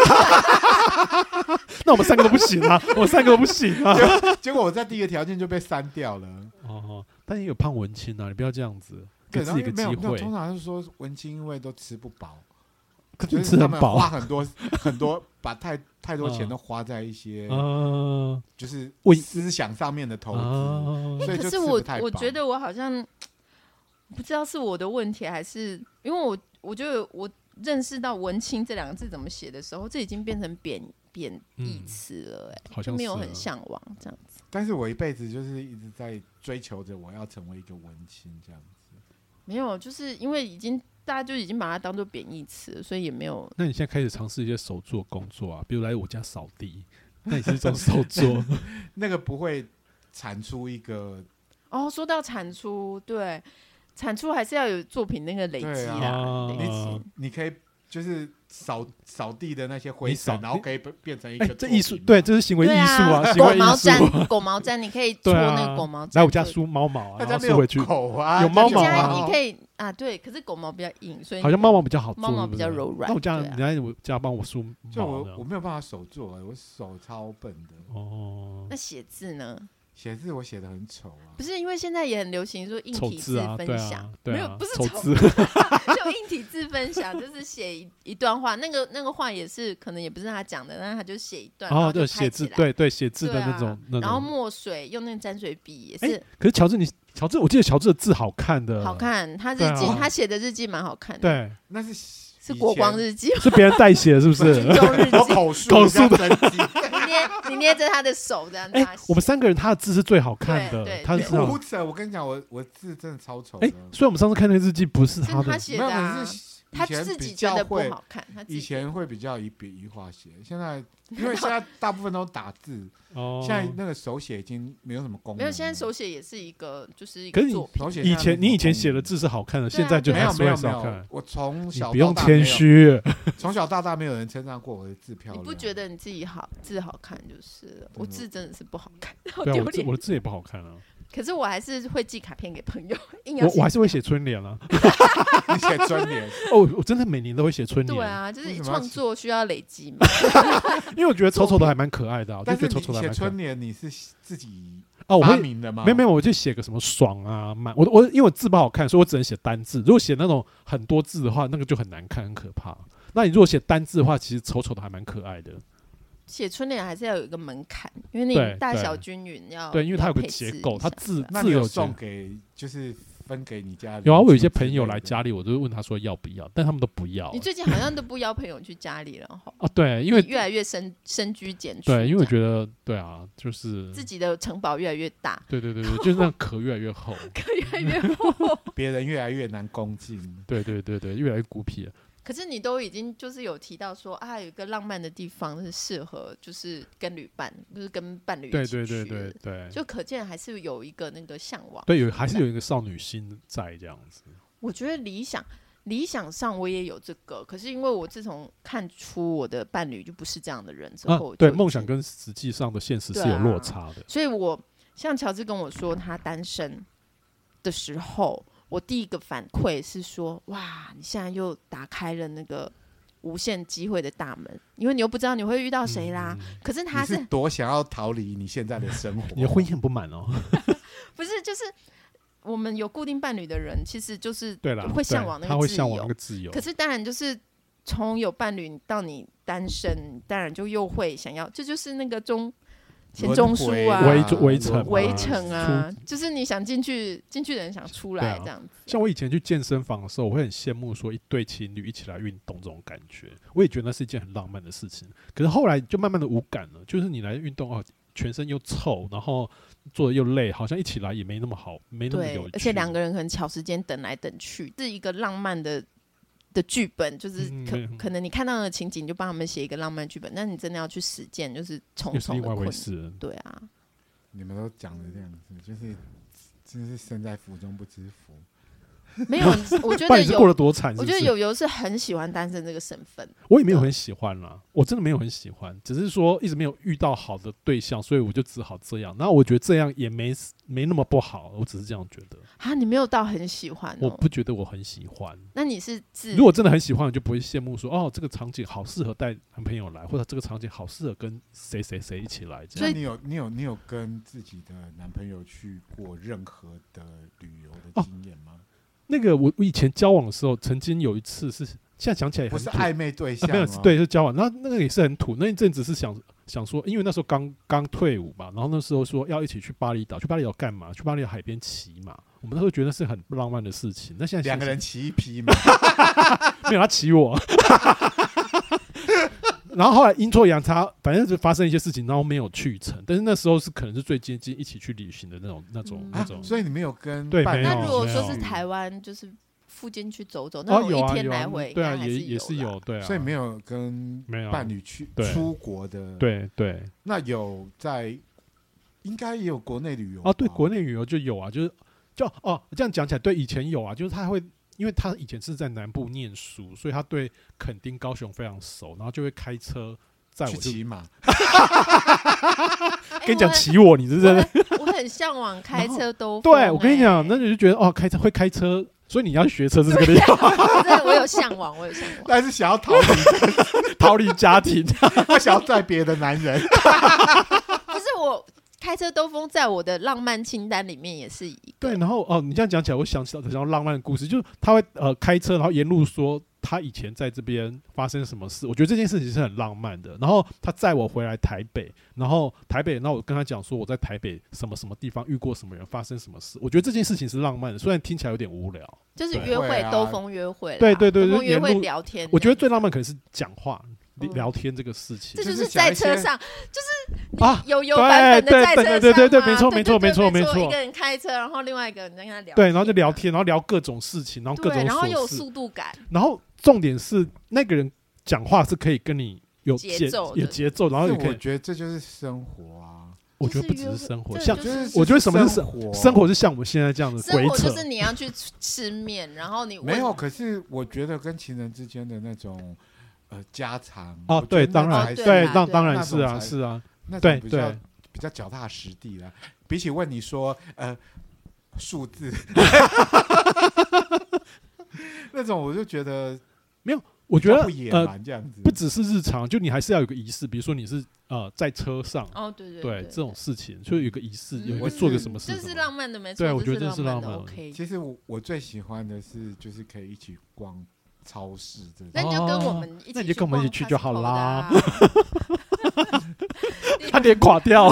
那我们3个都不行啊！我们3个都不行啊！ 结果我在第一个条件就被删掉了。 但也有胖文青啊，你不要这样子，给自己一个机会。 通常是说文青因为都吃不饱。 可是吃很饱， 花很多，把太多钱都花在一些就是思想上面的投资，所以就吃不太饱。 可是我觉得我好像不知道是我的问题，还是因为我觉得我认识到文青这2个字怎么写的时候，这已经变成贬义词了， 好像就没有很向往这样子。 但是我一辈子就是一直在追求着我要成为一个文青这样子。 没有，就是因为大家就已经把它当作贬义词了，所以也没有。 那你现在开始尝试一些手作工作啊，比如来我家扫地，那你是一种手作。 那个不会产出一个说到产出，对，产出还是要有作品那个累积啦。 你可以就是扫地的那些灰尘，然后可以变成一个这艺术，对，这是行为艺术啊， 狗毛毡，狗毛毡，你可以搓那个狗毛毡。 来我家梳猫毛啊，然后梳回去。 狗啊， 有猫毛啊， 你可以啊，对，可是狗毛比较硬，所以好像猫毛比较好做， 猫毛比较柔软。 那我家你来我家帮我梳毛， 我没有办法手做，我手超笨的。 那写字呢？ 写字我写得很丑啊， 不是因为现在也很流行说硬体字分享，没有不是丑字， 就硬体字分享，就是写一段话，那个话也是可能也不是他讲的，但是他就写一段，然后就写字，对写字的那种， 然后墨水用那个沾水笔也是。 可是乔治，我记得乔治的字好看的， 好看，他日记他写的日记蛮好看的， 对， 那是国光日记， 是别人代写的，是不是？ 我口述的。 你捏着他的手这样子。 我们3个人他的字是最好看的，他是胡扯！我跟你讲，我字真的超丑的。 所以我们上次看那个日记不是他写的啊，他自己觉得不好看。 以前会比较一笔一画写，现在因为现在大部分都打字，现在那个手写已经没有什么功能。 没有，现在手写也是一个就是一个作品。 你以前写的字是好看的，现在就还是好看。 我从小不用谦虚， 从小到大没有人称赞过我的字漂亮。 你不觉得你自己字好看就是了？我字真的是不好看， 对，我的字也不好看啊。 可是我还是会寄卡片给朋友， 我还是会写春联啊。 你写春联？ 我真的每年都会写春联。 对啊，就是创作需要累积嘛。 因为我觉得丑丑的还蛮可爱的，我就觉得丑丑的还蛮可爱的。 写春联你是自己发明的吗？ 没有，我就写个什么爽啊满。因为我字不好看，所以我只能写单字。如果写那种很多字的话，那个就很难看，很可怕。那你如果写单字的话，其实丑丑的还蛮可爱的。 写春联还是要有一个门槛，因为你大小均匀要对，因为它有个结构，它字有送给就是分给你家里。 有啊，我有一些朋友来家里，我就问他说要不要，但他们都不要。 你最近好像都不邀朋友去家里了哈？ 对，因为越来越深居简出。 对，因为我觉得对啊，就是自己的城堡越来越大。 对，就是那壳越来越厚， 壳越来越厚， 别人越来越难攻进。 对，越来越孤僻了。 可是你都已经就是有提到说有一个浪漫的地方是适合就是跟旅伴，就是跟伴侣一起去， 对， 就可见还是有一个那个向往， 对，还是有一个少女心在这样子。 我觉得理想上我也有这个，可是因为我自从看出我的伴侣就不是这样的人之后， 对，梦想跟实际上的现实是有落差的。 所以我像乔治跟我说他单身的时候，我第一个反馈是说，哇，你现在又打开了那个无限机会的大门，因为你又不知道你会遇到谁啦。可是他是多想要逃离你现在的生活， 你的婚姻很不满哦。 不是，就是我们有固定伴侣的人，其实就是会向往那个自由， 他会向往那个自由。 可是当然就是从有伴侣到你单身，当然就又会想要，这就是那个钱钟书啊，围城啊，就是你想进去的人想出来这样子。 像我以前去健身房的时候，我会很羡慕说一对情侣一起来运动这种感觉，我也觉得那是一件很浪漫的事情。可是后来就慢慢的无感了，就是你来运动全身又臭，然后做的又累，好像一起来也没那么好，没那么有趣。 而且两个人可能抢时间等来等去，是一个浪漫的剧本，就是可能你看到的情景，你就帮他们写一个浪漫剧本，但你真的要去实践，就是重重的困难。对啊， 你们都讲的这样子，就是真是身在福中不知福。 没有，我觉得过得多惨。 我觉得友是很喜欢单身这个身份， 我也没有很喜欢啦，我真的没有很喜欢，只是说一直没有遇到好的对象，所以我就只好这样。然后我觉得这样也没那么不好，我只是这样觉得。 你没有到很喜欢我不觉得我很喜欢。 那你是如果真的很喜欢，我就不会羡慕说这个场景好适合带男朋友来，或者这个场景好适合跟谁谁谁一起来。 所以你有跟自己的男朋友去过任何的旅游的经验吗？ 那个我以前交往的时候，曾经有一次是，现在想起来也很土， 不是暧昧对象， 没有，对，是交往。那个也是很土。那一阵子是想说，因为那时候刚退伍嘛，然后那时候说要一起去巴厘岛，去巴厘岛干嘛？去巴厘岛海边骑马。我们那时候觉得是很浪漫的事情。那现在两个人骑一匹马， 没有他骑我。然后后来阴错阳差，反正就发生一些事情，然后没有去成。但是那时候可能是最接近一起去旅行的那种。 所以你没有跟对， 没有。 那如果说是台湾，就是附近去走走，那种一天来回， 对啊，也是有，对啊。 所以没有跟伴侣去出国的， 对。 那有在，应该也有国内旅游对，国内旅游就有啊，这样讲起来，对，以前有啊，就是他会。因为他以前是在南部念书，所以他对垦丁、高雄非常熟，然后就会开车载我去骑马。 跟你讲骑我，你是真的。 我很向往开车兜风。 对，我跟你讲，那你就觉得会开车，所以你要学车是这个理由。 我有向往， 但是想要逃离家庭， 我想要载别的男人。 不是我。开车兜风在我的浪漫清单里面也是一个。 对，然后你这样讲起来，我想到浪漫的故事，就是他会开车，然后沿路说他以前在这边发生什么事，我觉得这件事情是很浪漫的。然后他载我回来台北，然后我跟他讲说我在台北什么什么地方遇过什么人，发生什么事。我觉得这件事情是浪漫的，虽然听起来有点无聊， 就是约会兜风约会， 对， 兜风约会聊天。 我觉得最浪漫可能是讲话。聊天这个事情， 这就是在车上，就是有版本的在车上， 对，没错， 一个人开车，然后另外一个人在跟他聊， 对，然后就聊天，然后聊各种事情，然后各种琐事， 然后有速度感， 然后重点是那个人讲话是可以跟你有节奏，然后也可以。 我觉得这就是生活啊。 我觉得不只是生活，像我觉得什么是生活是像我们现在这样的规则， 生活就是你要去吃面，然后你没有。可是我觉得跟情人之间的那种。家常对，当然对，当然是啊， 那种比较脚踏实地啦。比起问你说数字那种，我就觉得没有。我觉得不野蛮这样子， 不只是日常，就你还是要有个仪式。比如说你是在车上，对这种事情，就有个仪式，有做个什么事， 这是浪漫的，没错。 对，我觉得这是浪漫的。 其实我最喜欢的是，就是可以一起逛超市这种。 那你就跟我们一起， 那你就跟我们一起去就好啦。他脸垮掉，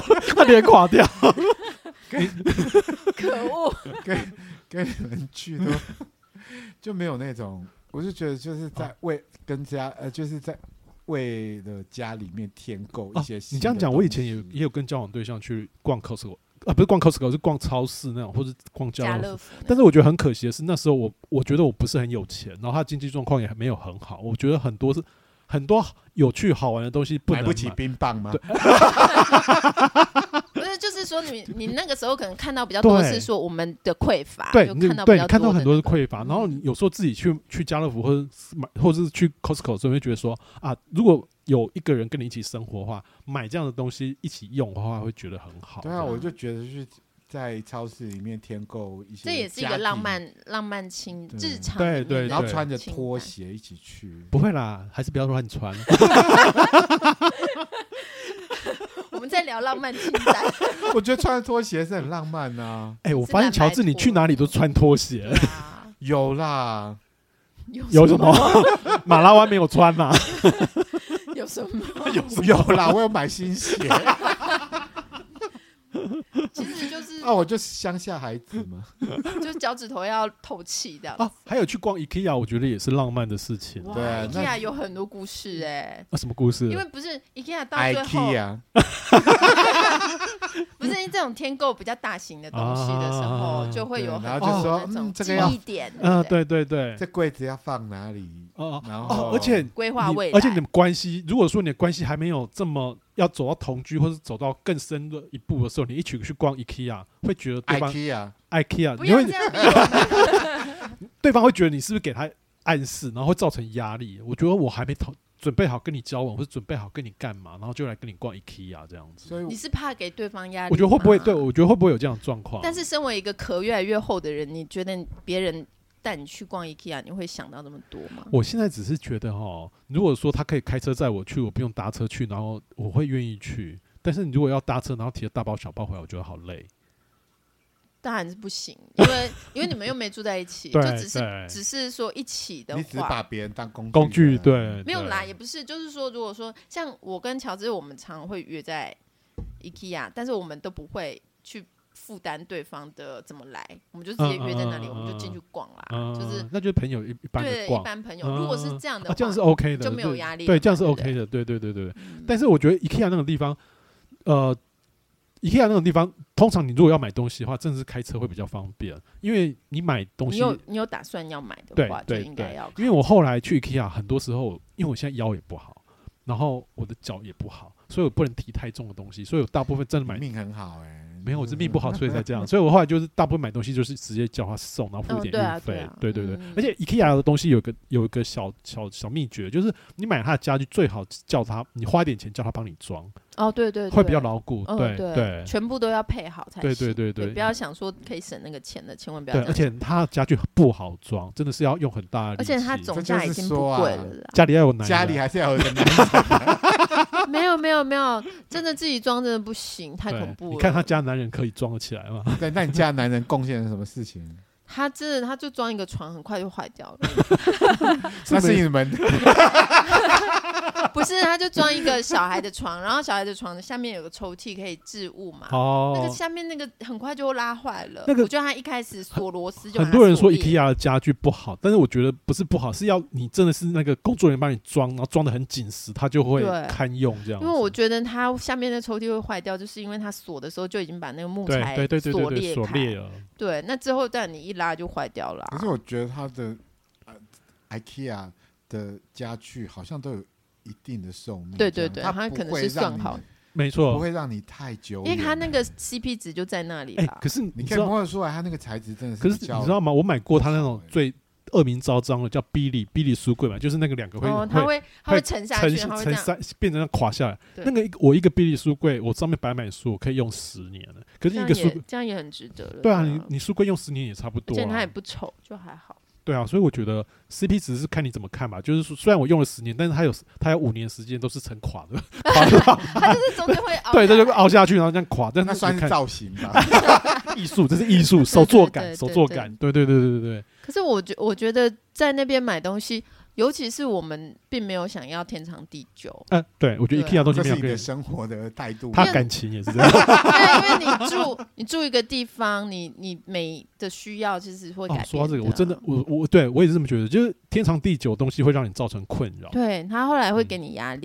可恶！ 跟你们去都就没有那种。我就觉得就是在就是在为了家里面添购一些新的。 你这样讲，我以前也有跟交往对象去逛 Costco， 不是逛 Costco， 是逛超市那种，或者逛家乐福。但是我觉得很可惜的是，那时候我觉得我不是很有钱，然后他经济状况也没有很好。我觉得很多有趣好玩的东西买不起冰棒吗？ 不是，就是说你那个时候可能看到比较多是说我们的匮乏， 对， 对， 看到很多是匮乏，然后你有时候自己去家乐福或者是去 Costco 的时候，会觉得说啊，如果有一个人跟你一起生活的话，买这样的东西一起用的话，会觉得很好。 对啊，我就觉得去在超市里面添购一些， 这也是一个浪漫日常， 对， 然后穿着拖鞋一起去， 不会啦，还是不要乱穿。 我们在聊浪漫清单。 我觉得穿拖鞋是很浪漫啊。 我发现乔治你去哪里都穿拖鞋。 有啦， 有什么？马拉湾没有穿嘛？ 有什么？ 有啦，我有买新鞋。 其实就是我就是乡下孩子嘛， 就脚趾头要透气这样。 还有去逛 IKEA， 我觉得也是浪漫的事情。 对 ，IKEA 有很多故事什么故事？ 因为不是 IKEA 到最后，不是这种添购比较大型的东西的时候，就会有很多那种记忆点。 对， 这柜子要放哪里？然后而且规划未来， 而且你们关系，如果说你的关系还没有这么要走到同居，或是走到更深的一步的时候，你一起去逛 IKEA， 会觉得对方 IKEA， 不要这样比对方会觉得你是不是给他暗示，然后会造成压力。我觉得我还没准备好跟你交往，或者准备好跟你干嘛，然后就来跟你逛 IKEA 这样子。 所以你是怕给对方压力？ 我觉得会不会？对，我觉得会不会有这样的状况？ 但是身为一个壳越来越厚的人，你觉得别人带你去逛 IKEA， 你会想到那么多吗？ 我现在只是觉得如果说他可以开车载我去，我不用搭车去，然后我会愿意去。但是你如果要搭车，然后提着大包小包回来，我觉得好累。 当然是不行，因为你们又没住在一起，就只是说一起的话， 你只是把别人当工具，对， 没有啦，也不是，就是说，如果说像我跟乔治，我们常会约在 IKEA， 但是我们都不会去负担对方的怎么来，我们就直接约在那里，我们就进去逛啦，就是那就是朋友一般的逛， 对，一般朋友，如果是这样的话， 这样是 OK 的， 就没有压力， 对，这样是 OK 的，对。但是我觉得 IKEA 那个地方，IKEA 那种地方，通常你如果要买东西的话，真的是开车会比较方便，因为你买东西， 你有打算要买的话，就应该要。 因为我后来去 IKEA， 很多时候，因为我现在腰也不好，然后我的脚也不好，所以我不能提太重的东西，所以我大部分真的买。 命很好没有，我是命不好，所以才这样。所以我后来就是大部分买东西就是直接叫他送，然后付一点运费。对。而且 IKEA 的东西有一个小秘诀，就是你买他的家具最好叫他，你花一点钱叫他帮你装。 对， 会比较牢固。对， 全部都要配好才行。 对， 不要想说可以省那个钱的，千万不要。 对，而且他的家具不好装，真的是要用很大的力气。 而且他总价已经不贵了啦。 家里要有男人， 家里还是要有个男人。 没有，真的自己装真的不行，太恐怖了。 你看他家男人可以装得起来吗？ 对，那你家男人贡献了什么事情？ 他就装一个床，很快就坏掉了。 那是你们不是，他就装一个小孩的床，然后小孩的床的下面有个抽屉可以置物嘛。那个下面那个很快就拉坏了。我觉得他一开始锁螺丝就很多人说 IKEA 的家具不好，但是我觉得不是不好，是要你真的是那个工作人员帮你装，然后装得很紧实，他就会堪用这样。 因为我觉得他下面的抽屉会坏掉，就是因为他锁的时候就已经把那个木材锁裂了。对，那之后但你一拉就坏掉了。 可是我觉得他的IKEA 的家具好像都有一定的寿命。 对，它可能是算好， 没错， 不会让你太久， 因为它那个 CP 值就在那里啦。 可是你可以摸得出来，它那个材质真的是。 可是你知道吗？我买过它那种最恶名昭彰的叫 Billy 书柜嘛，就是那个两个它会沉下去， 变成垮下来。那个我一个 Billy 书柜，我上面摆满书，我可以用10年了。可是一个书这样也很值得了。 对啊，你书柜用10年也差不多， 而且它也不丑，就还好。 对啊，所以我觉得 CP 值是看你怎么看吧。就是说，虽然我用了10年，但是它有5年时间都是成垮的， 它就是中间会凹， 对，它就凹下去，然后这样垮。但那算是造型吧， 艺术，这是艺术，手作感，对。 可是我觉得在那边买东西，尤其是我们并没有想要天长地久。 对，我觉得 IKEA 东西没有这是你的生活的态度， 他感情也是这样。 对，因为你住一个地方，你每的需要其实会改变。 说到这个，我真的我对我也是这么觉得，就是天长地久的东西会让你造成困扰。 对，他后来会给你压力，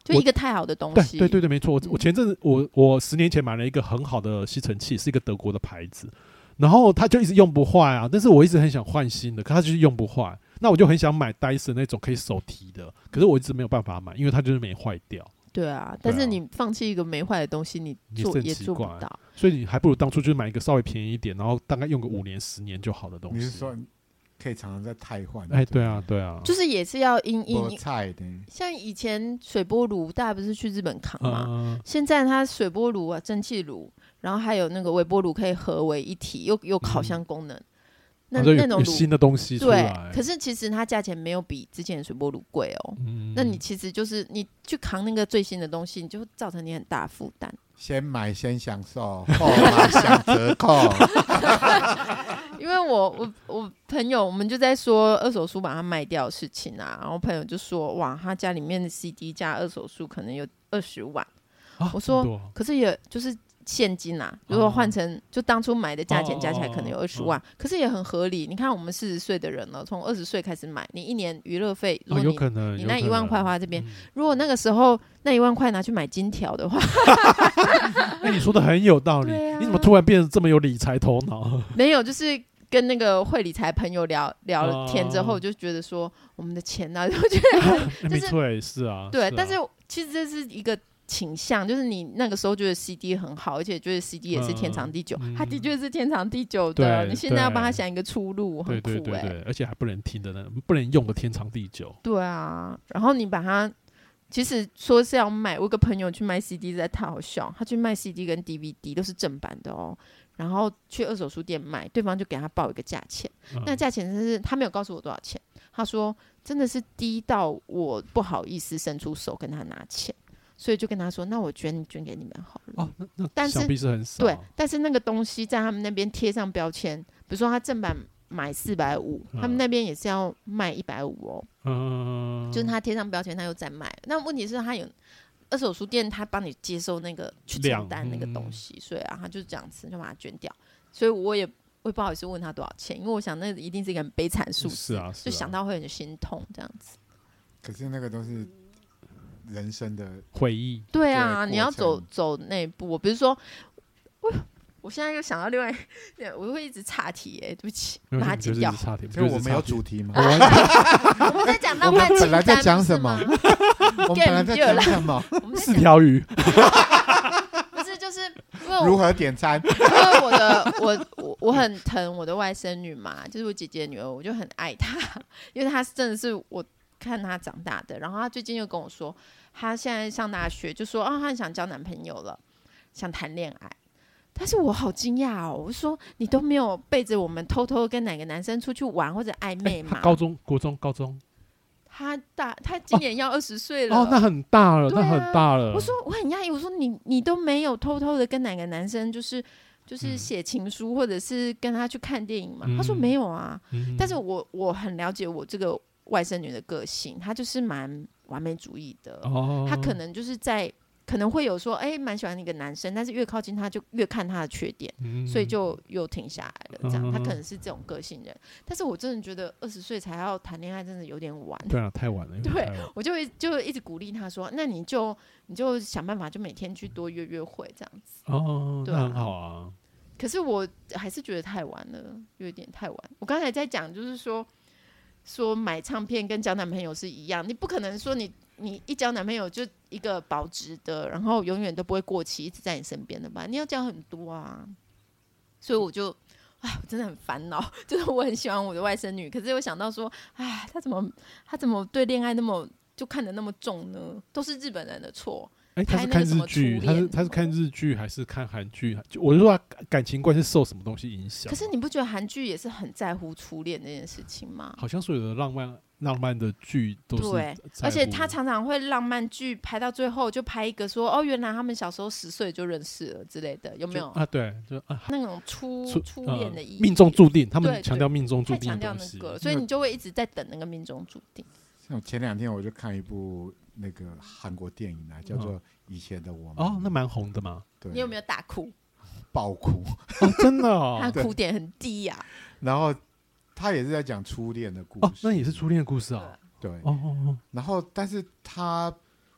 就一个太好的东西。 对，没错。我前阵子我10年前买了一个很好的吸尘器，是一个德国的牌子，然后它就一直用不坏啊，但是我一直很想换新的，可它就是用不坏。那我就很想买 Dyson 那种可以手提的，可是我一直没有办法买，因为它就是没坏掉。 对啊，但是你放弃一个没坏的东西，你也做不到， 所以你还不如当初就买一个稍微便宜一点，然后大概用个5年10年就好的东西。 你是说可以常常在汰换？ 对啊， 就是也是要因菜的。 像以前水波炉，大家不是去日本扛嘛？现在它水波炉啊、蒸汽炉，然后还有那个微波炉可以合为一体，又烤箱功能。那种有新的东西出来， 对，可是其实它价钱没有比之前的水波炉贵哦。那你其实就是你去扛那个最新的东西，你就会造成你很大负担。 先买先享受，后买享折扣。 因为我朋友我们就在说二手书把它卖掉的事情啊，然后朋友就说哇，他家里面的 CD 加二手书可能有20万。我说可是也就是现金啊，如果换成就当初买的价钱加起来可能有20万，可是也很合理。你看我们40岁的人了，从20岁开始买，你一年娱乐费，如果你那1万块花这边，如果那个时候那1万块拿去买金条的话， 你说的很有道理。你怎么突然变得这么有理财头脑？ 没有，就是跟那个会理财朋友聊天之后，就觉得说我们的钱呢，就觉得没错，是啊， 对。但是其实这是一个倾向，就是你那个时候觉得 CD 很好，而且觉得 CD 也是天长地久，它的确是天长地久的。你现在要帮他想一个出路，很酷对，而且还不能听的，不能用的天长地久。 对啊，然后你把它，其实说是要卖，我有个朋友去卖 CD 实在太好笑，他去卖 CD 跟 DVD 都是正版的哦，然后去二手书店卖，对方就给他报一个价钱，那价钱真是他没有告诉我多少钱，他说真的是低到我不好意思伸出手跟他拿钱。所以就跟他说，那我捐给你们好了。 那想必是很少。 对，但是那个东西在他们那边贴上标签，比如说他正版买450，他们那边也是要卖150哦。就是他贴上标签，他又在卖。那问题是，他有二手书店，他帮你接收那个去承担那个东西，所以他就这样子就把它捐掉。所以我也不好意思问他多少钱，因为我想那一定是一个很悲惨数字， 是啊， 就想到会很心痛这样子。 可是那个都是人生的回忆。 对啊，你要走那一步。比如说，我现在又想到另外，我会一直岔题对不起，把它剪掉。 因为我们有主题吗？ 我们在讲浪漫清单， 本来在讲什么？我们本来在讲什么 ？4条鱼。 不是，就是如何点餐？ 因为我很疼我的外甥女嘛，就是我姐姐的女儿，我就很爱她，因为她真的是我看她长大的。然后她最近又跟我说，她现在上大学，就说她很想交男朋友了，想谈恋爱。但是我好惊讶哦！我说你都没有背着我们偷偷跟哪个男生出去玩或者暧昧吗？ 高中、国中、高中， 他今年要20岁了那很大了，那很大了。 我说我很讶异，我说你都没有偷偷的跟哪个男生就是写情书或者是跟他去看电影嘛？他说没有啊。但是我很了解我这个外甥女的个性，她就是蛮完美主义的。她可能就是可能会有说，蛮喜欢那个男生，但是越靠近他就越看他的缺点，所以就又停下来了。这样，他可能是这种个性人。但是我真的觉得20岁才要谈恋爱，真的有点晚。 对啊，太晚了。 对，我就一直鼓励他说，那你就想办法，就每天去多约会这样子。 对啊，那很好啊。 可是我还是觉得太晚了，有点太晚。我刚才在讲，就是说买唱片跟交男朋友是一样，你不可能说你一交男朋友就一个保值的，然后永远都不会过期，一直在你身边的吧？你要交很多啊。所以我就，我真的很烦恼。就是我很喜欢我的外甥女，可是我想到说，她怎么对恋爱就看得那么重呢？都是日本人的错。 他是看日剧，他是看日剧还是看韩剧？我就说他感情观是受什么东西影响？ 可是你不觉得韩剧也是很在乎初恋这件事情吗？ 好像所有的浪漫的剧都是对，而且他常常会浪漫剧拍到最后就拍一个说原来他们小时候10岁就认识了之类的，有没有对， 那种初恋的意义， 命中注定，他们强调命中注定的东西， 太强调那个，所以你就会一直在等那个命中注定。 像前2天我就看一部那个韩国电影叫做《以前的我们》。 那蛮红的嘛。 对， 你有没有大哭？ 爆哭真的哦。 他哭点很低呀。 然后他也是在讲初恋的故事。 那也是初恋的故事啊。 对。然后，但是他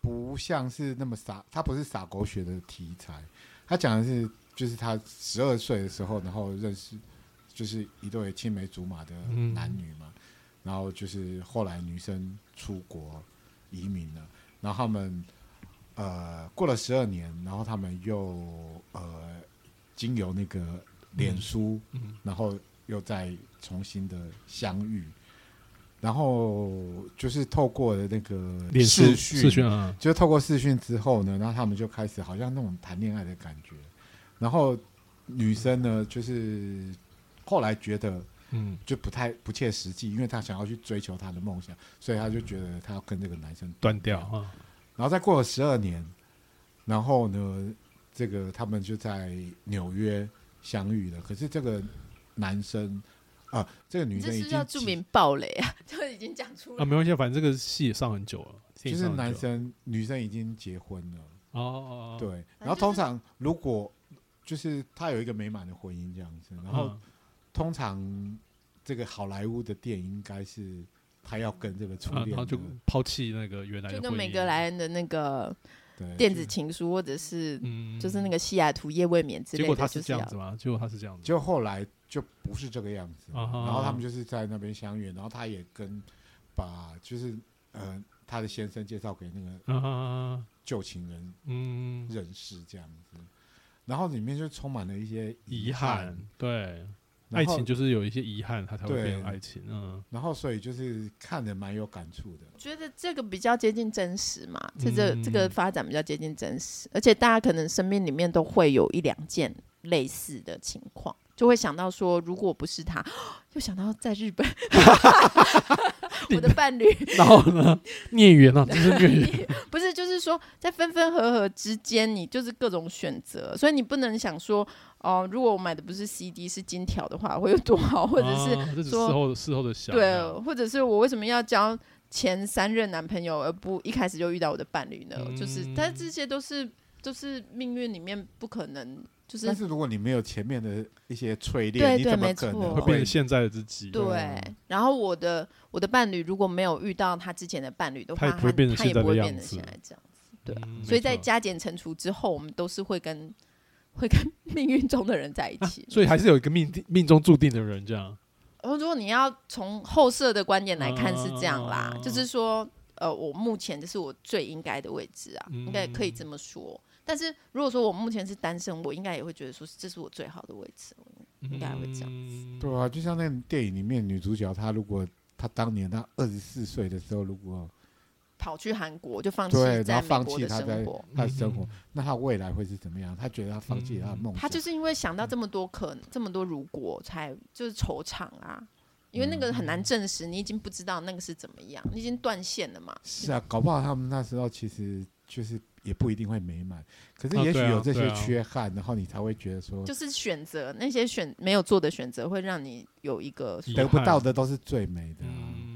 不像是那么他不是撒狗血的题材，他讲的是就是他12岁的时候，然后认识就是一对青梅竹马的男女嘛，然后就是后来女生出国移民了，然后他们过了12年，然后他们又经由那个脸书，然后又再重新的相遇。然后就是透过的那个视讯啊，就透过视讯之后呢，然后他们就开始好像那种谈恋爱的感觉。然后女生呢，就是后来觉得，就不切实际，因为她想要去追求她的梦想，所以她就觉得她要跟这个男生断掉啊。然后再过了12年，然后呢，这个他们就在纽约相遇了。可是这个男生。这个女生已经这是要注明暴雷啊，就已经讲出来没关系，反正这个戏也上很久了。 就是女生已经结婚了对。然后通常如果就是他有一个美满的婚姻这样子，然后通常这个好莱坞的电影应该是他要跟这个初恋， 然后就抛弃那个原来的婚姻， 就跟梅格莱恩的那个电子情书，或者是就是那个西雅图夜未眠之类的。 结果他是这样子吗？结果他是这样子， 就后来就不是这个样子，然后他们就是在那边相遇，然后他也把就是他的先生介绍给那个旧情人认识这样子，然后里面就充满了一些遗憾， 对，爱情就是有一些遗憾，它才会变成爱情。 然后所以就是看得蛮有感触的。 我觉得这个比较接近真实嘛，这个发展比较接近真实，而且大家可能生命里面都会有1-2件类似的情况。就会想到说，如果不是他，就想到在日本，我的伴侣， 然后呢，孽缘啊，这是孽缘， 不是，就是说在分分合合之间，你就是各种选择，所以你不能想说，如果我买的不是 CD 是金条的话，会有多好，或者是说事后的想， 对，或者是我为什么要交前3任男朋友，而不一开始就遇到我的伴侣呢？就是但这些都是命运里面不可能。 但是如果你没有前面的一些淬炼，你怎么可能会变成现在的自己？ 对。然后我的伴侣如果没有遇到他之前的伴侣的话， 他也不会变成现在的样子。对啊，所以在加减乘除之后，我们都是会跟命运中的人在一起。 所以还是有一个命中注定的人这样。 如果你要从后设的观点来看是这样啦，就是说，我目前这是我最应该的位置啊，应该可以这么说。但是如果说我目前是单身，我应该也会觉得说这是我最好的位置，应该会这样子。 对啊，就像那个电影里面女主角，她如果她当年她24岁的时候，如果跑去韩国就放弃在美国的生活， 她的生活，那她未来会是怎么样？她觉得她放弃她的梦想， 她就是因为想到这么多如果，才就是惆怅啊。因为那个很难证实，你已经不知道那个是怎么样，你已经断线了嘛。 是啊，搞不好他们那时候其实就是也不一定会美满，可是也许有这些缺憾，然后你才会觉得说， 就是选择那些没有做的选择，会让你有一个得不到的都是最美的。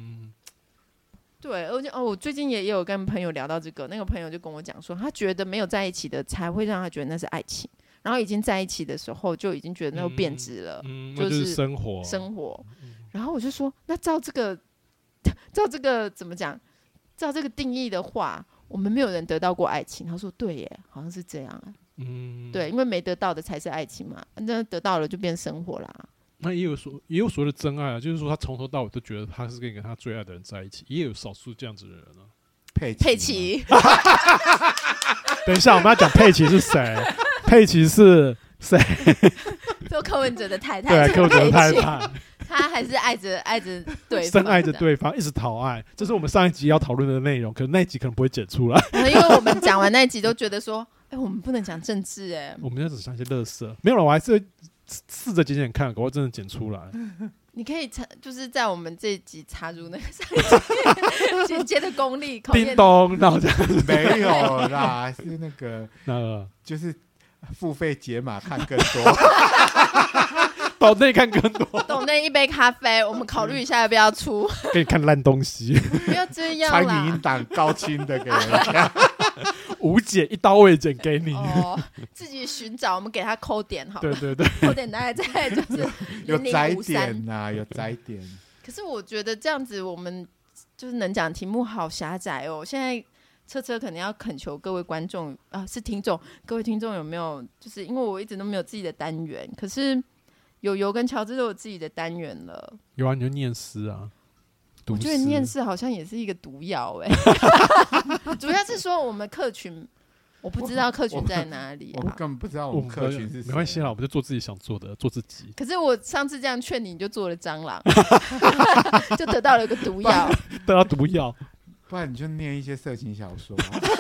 对，而且我最近也有跟朋友聊到这个，那个朋友就跟我讲说，他觉得没有在一起的才会让他觉得那是爱情，然后已经在一起的时候就已经觉得那个变质了， 就是生活。然后我就说，那照这个怎么讲？照这个定义的话，我们没有人得到过爱情。他说对耶，好像是这样啊。对，因为没得到的才是爱情嘛，那得到了就变成生活啦。 那也有所谓的真爱啊，就是说他从头到尾都觉得他是跟他最爱的人在一起，也有少数这样子的人啊。 佩奇， 等一下，我们要讲佩奇是谁？佩奇是谁？ 做柯文哲的太太， 对，柯文哲的太太。 他还是爱着对方， 深爱着对方，一直讨爱，这是我们上一集要讨论的内容，可是那一集可能不会剪出来， 因为我们讲完那一集都觉得说，我们不能讲政治， 我们要只讲一些垃圾，没有了，我还是试着剪看，搞不好真的剪出来。 你可以就是在我们这一集插入那个上一集剪接的功力， 叮咚，那这样子没有啦，是那个就是付费解码看更多。 抖内看更多， 抖内一杯咖啡，我们考虑一下要不要出。 给你看烂东西， 不要这样啦。 传影音档高清的给人看， 无剪一刀未剪给你。 自己寻找，我们给他扣点好了。对，扣点大概在就是有窄点呐，有窄点。 可是我觉得这样子，我们就是能讲题目好狭窄哦。现在车可能要恳求各位观众是听众，各位听众有没有？就是因为我一直都没有自己的单元，可是友跟乔治都有自己的单元了。 有啊，你就念诗啊。 我觉得念诗好像也是一个毒药主要是说我们客群，我不知道客群在哪里我根本不知道我们客群是谁。 没关系啦，我们就做自己想做的，做自己。 可是我上次这样劝你，你就做了蟑螂，就得到了一个毒药。 得到毒药， 不然你就念一些色情小说。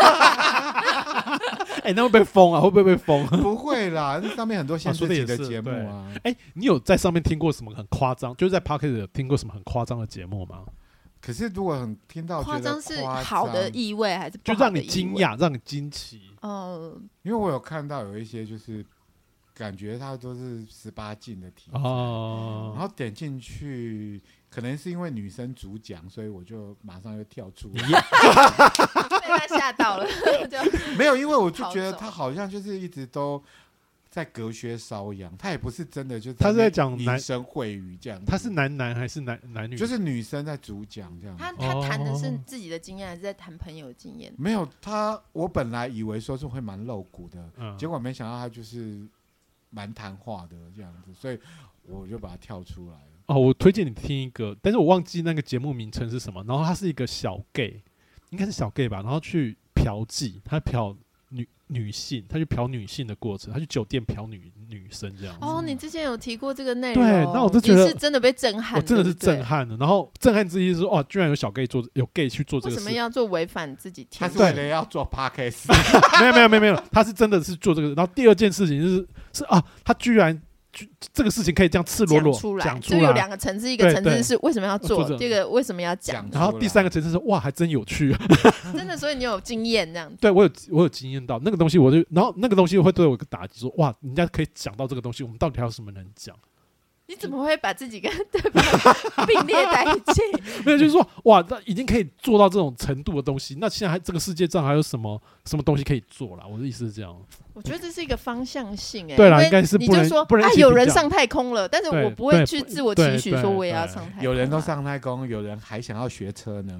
那会被封啊？会不会被封？ 不会啦，那上面很多限制级的节目啊。 你有在上面听过什么很夸张？就是在 Podcast 有听过什么很夸张的节目吗？ 可是如果听到夸张是好的意味还是不好的意味？ 就让你惊讶，让你惊奇。 因为我有看到有一些就是感觉它都是18禁的题材，然后点进去，可能是因为女生主讲，所以我就马上就跳出来， 被他吓到了。 没有，因为我就觉得他好像就是一直都在隔靴搔痒，他也不是真的，就是他是在讲女生会语这样子。 他是男还是男女？ 就是女生在主讲这样子。 他谈的是自己的经验，还是在谈朋友的经验？ 没有，我本来以为说是会蛮露骨的，结果没想到他就是蛮谈话的这样子，所以我就把它跳出来了。 我推荐你听一个，但是我忘记那个节目名称是什么。然后他是一个小 gay， 应该是小 gay 吧，然后去嫖妓，他嫖女性，他去嫖女性的过程，他去酒店嫖女生这样子。 你之前有提过这个内容。 对，那我就觉得你是真的被震撼， 我真的是震撼的。然后震撼之一是说，居然有小 gay 有 gay 去做这个事。 为什么要做违反自己？ 他是为了要做 podcast。 没有，他是真的是做这个。然后第二件事情是他居然。这个事情可以这样赤裸裸讲出来， 就有2个层次，一个层次是为什么要做，这个为什么要讲， 然后第3个层次是哇，还真有趣， 真的，所以你有经验这样子。 对，我有经验到那个东西，然后那个东西会对我有个打击，说哇，人家可以讲到这个东西，我们到底还有什么能讲？ 你怎么会把自己跟对方并列在一起？ 没有，就是说哇，那已经可以做到这种程度的东西，那现在这个世界上还有什么东西可以做啦？我的意思是这样。 我觉得这是一个方向性对啦，应该是不能你就说有人上太空了，但是我不会去自我期许说我也要上太空。 有人都上太空，有人还想要学车呢。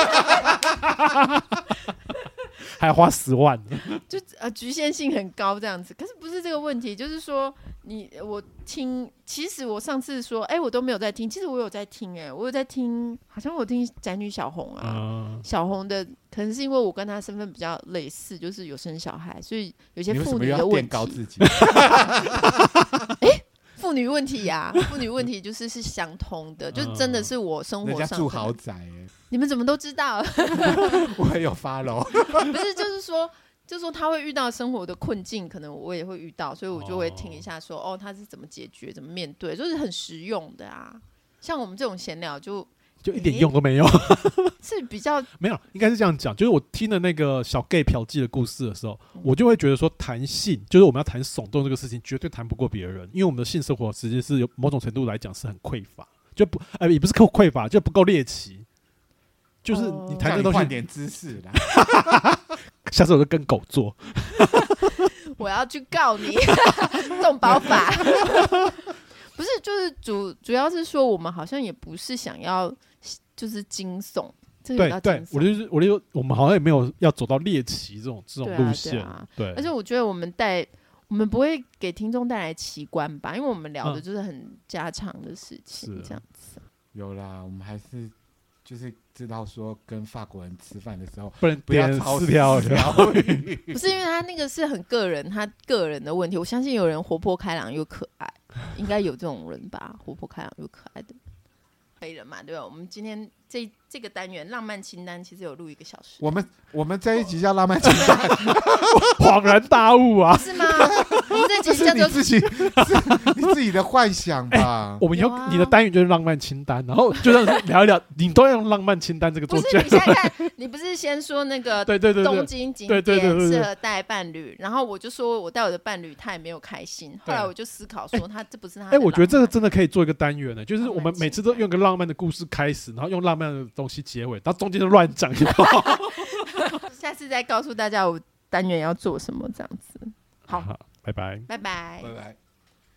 还要花10万， 就局限性很高这样子。可是不是这个问题，就是说我听，其实我上次说，我都没有在听，其实我有在听，我有在听，好像我听宅女小红啊，小红的，可能是因为我跟她身份比较类似，就是有生小孩，所以有些妇女的问题。你为什么要垫高自己？妇女问题呀，妇女问题就是相通的，就真的是我生活上。人家住豪宅你们怎么都知道？ 我也有 follow。 不是，就是说他会遇到生活的困境，可能我也会遇到，所以我就会听一下说，他是怎么解决，怎么面对，就是很实用的啊。像我们这种闲聊就一点用都没有， 是比较没有，应该是这样讲。就是我听了那个小 gay 嫖妓的故事的时候，我就会觉得说，谈性就是我们要谈耸动这个事情，绝对谈不过别人，因为我们的性生活实际是有某种程度来讲是很匮乏，就不也不是匮乏，就不够猎奇。就是你谈的东西， 换点姿势啦。 下次我就跟狗做。 我要去告你动保法。不是，就是主要是说，我们好像也不是想要就是惊悚， 对，我们好像也没有要走到猎奇这种路线。对， 而且我觉得我们不会给听众带来奇观吧，因为我们聊的就是很家常的事情，这样子。 有啦，我们还是就是知道说跟法国人吃饭的时候不要超 4条语。 不是因为他那个是很他个人的问题，我相信有人活泼开朗又可爱，应该有这种人吧，活泼开朗又可爱的，可以了嘛，对吧？我们今天这个单元浪漫清单其实有录1个小时。 我们这一集叫浪漫清单。 恍然大悟啊！ 是吗？我们这集叫做你自己的幻想吧。 我们以后你的单元就是浪漫清单，然后就让聊一聊，你都要用浪漫清单这个做。 不是，你现在看，你不是先说那个东京景点适合带伴侣，然后我就说我带我的伴侣他也没有开心，后来我就思考说这不是他。 我觉得这个真的可以做一个单元呢，就是我们每次都用个浪漫的故事开始，然后用浪漫的东西结尾，然后中间就乱讲一通。 下次再告诉大家我单元要做什么，这样子。好， 拜拜， 拜拜， 拜拜。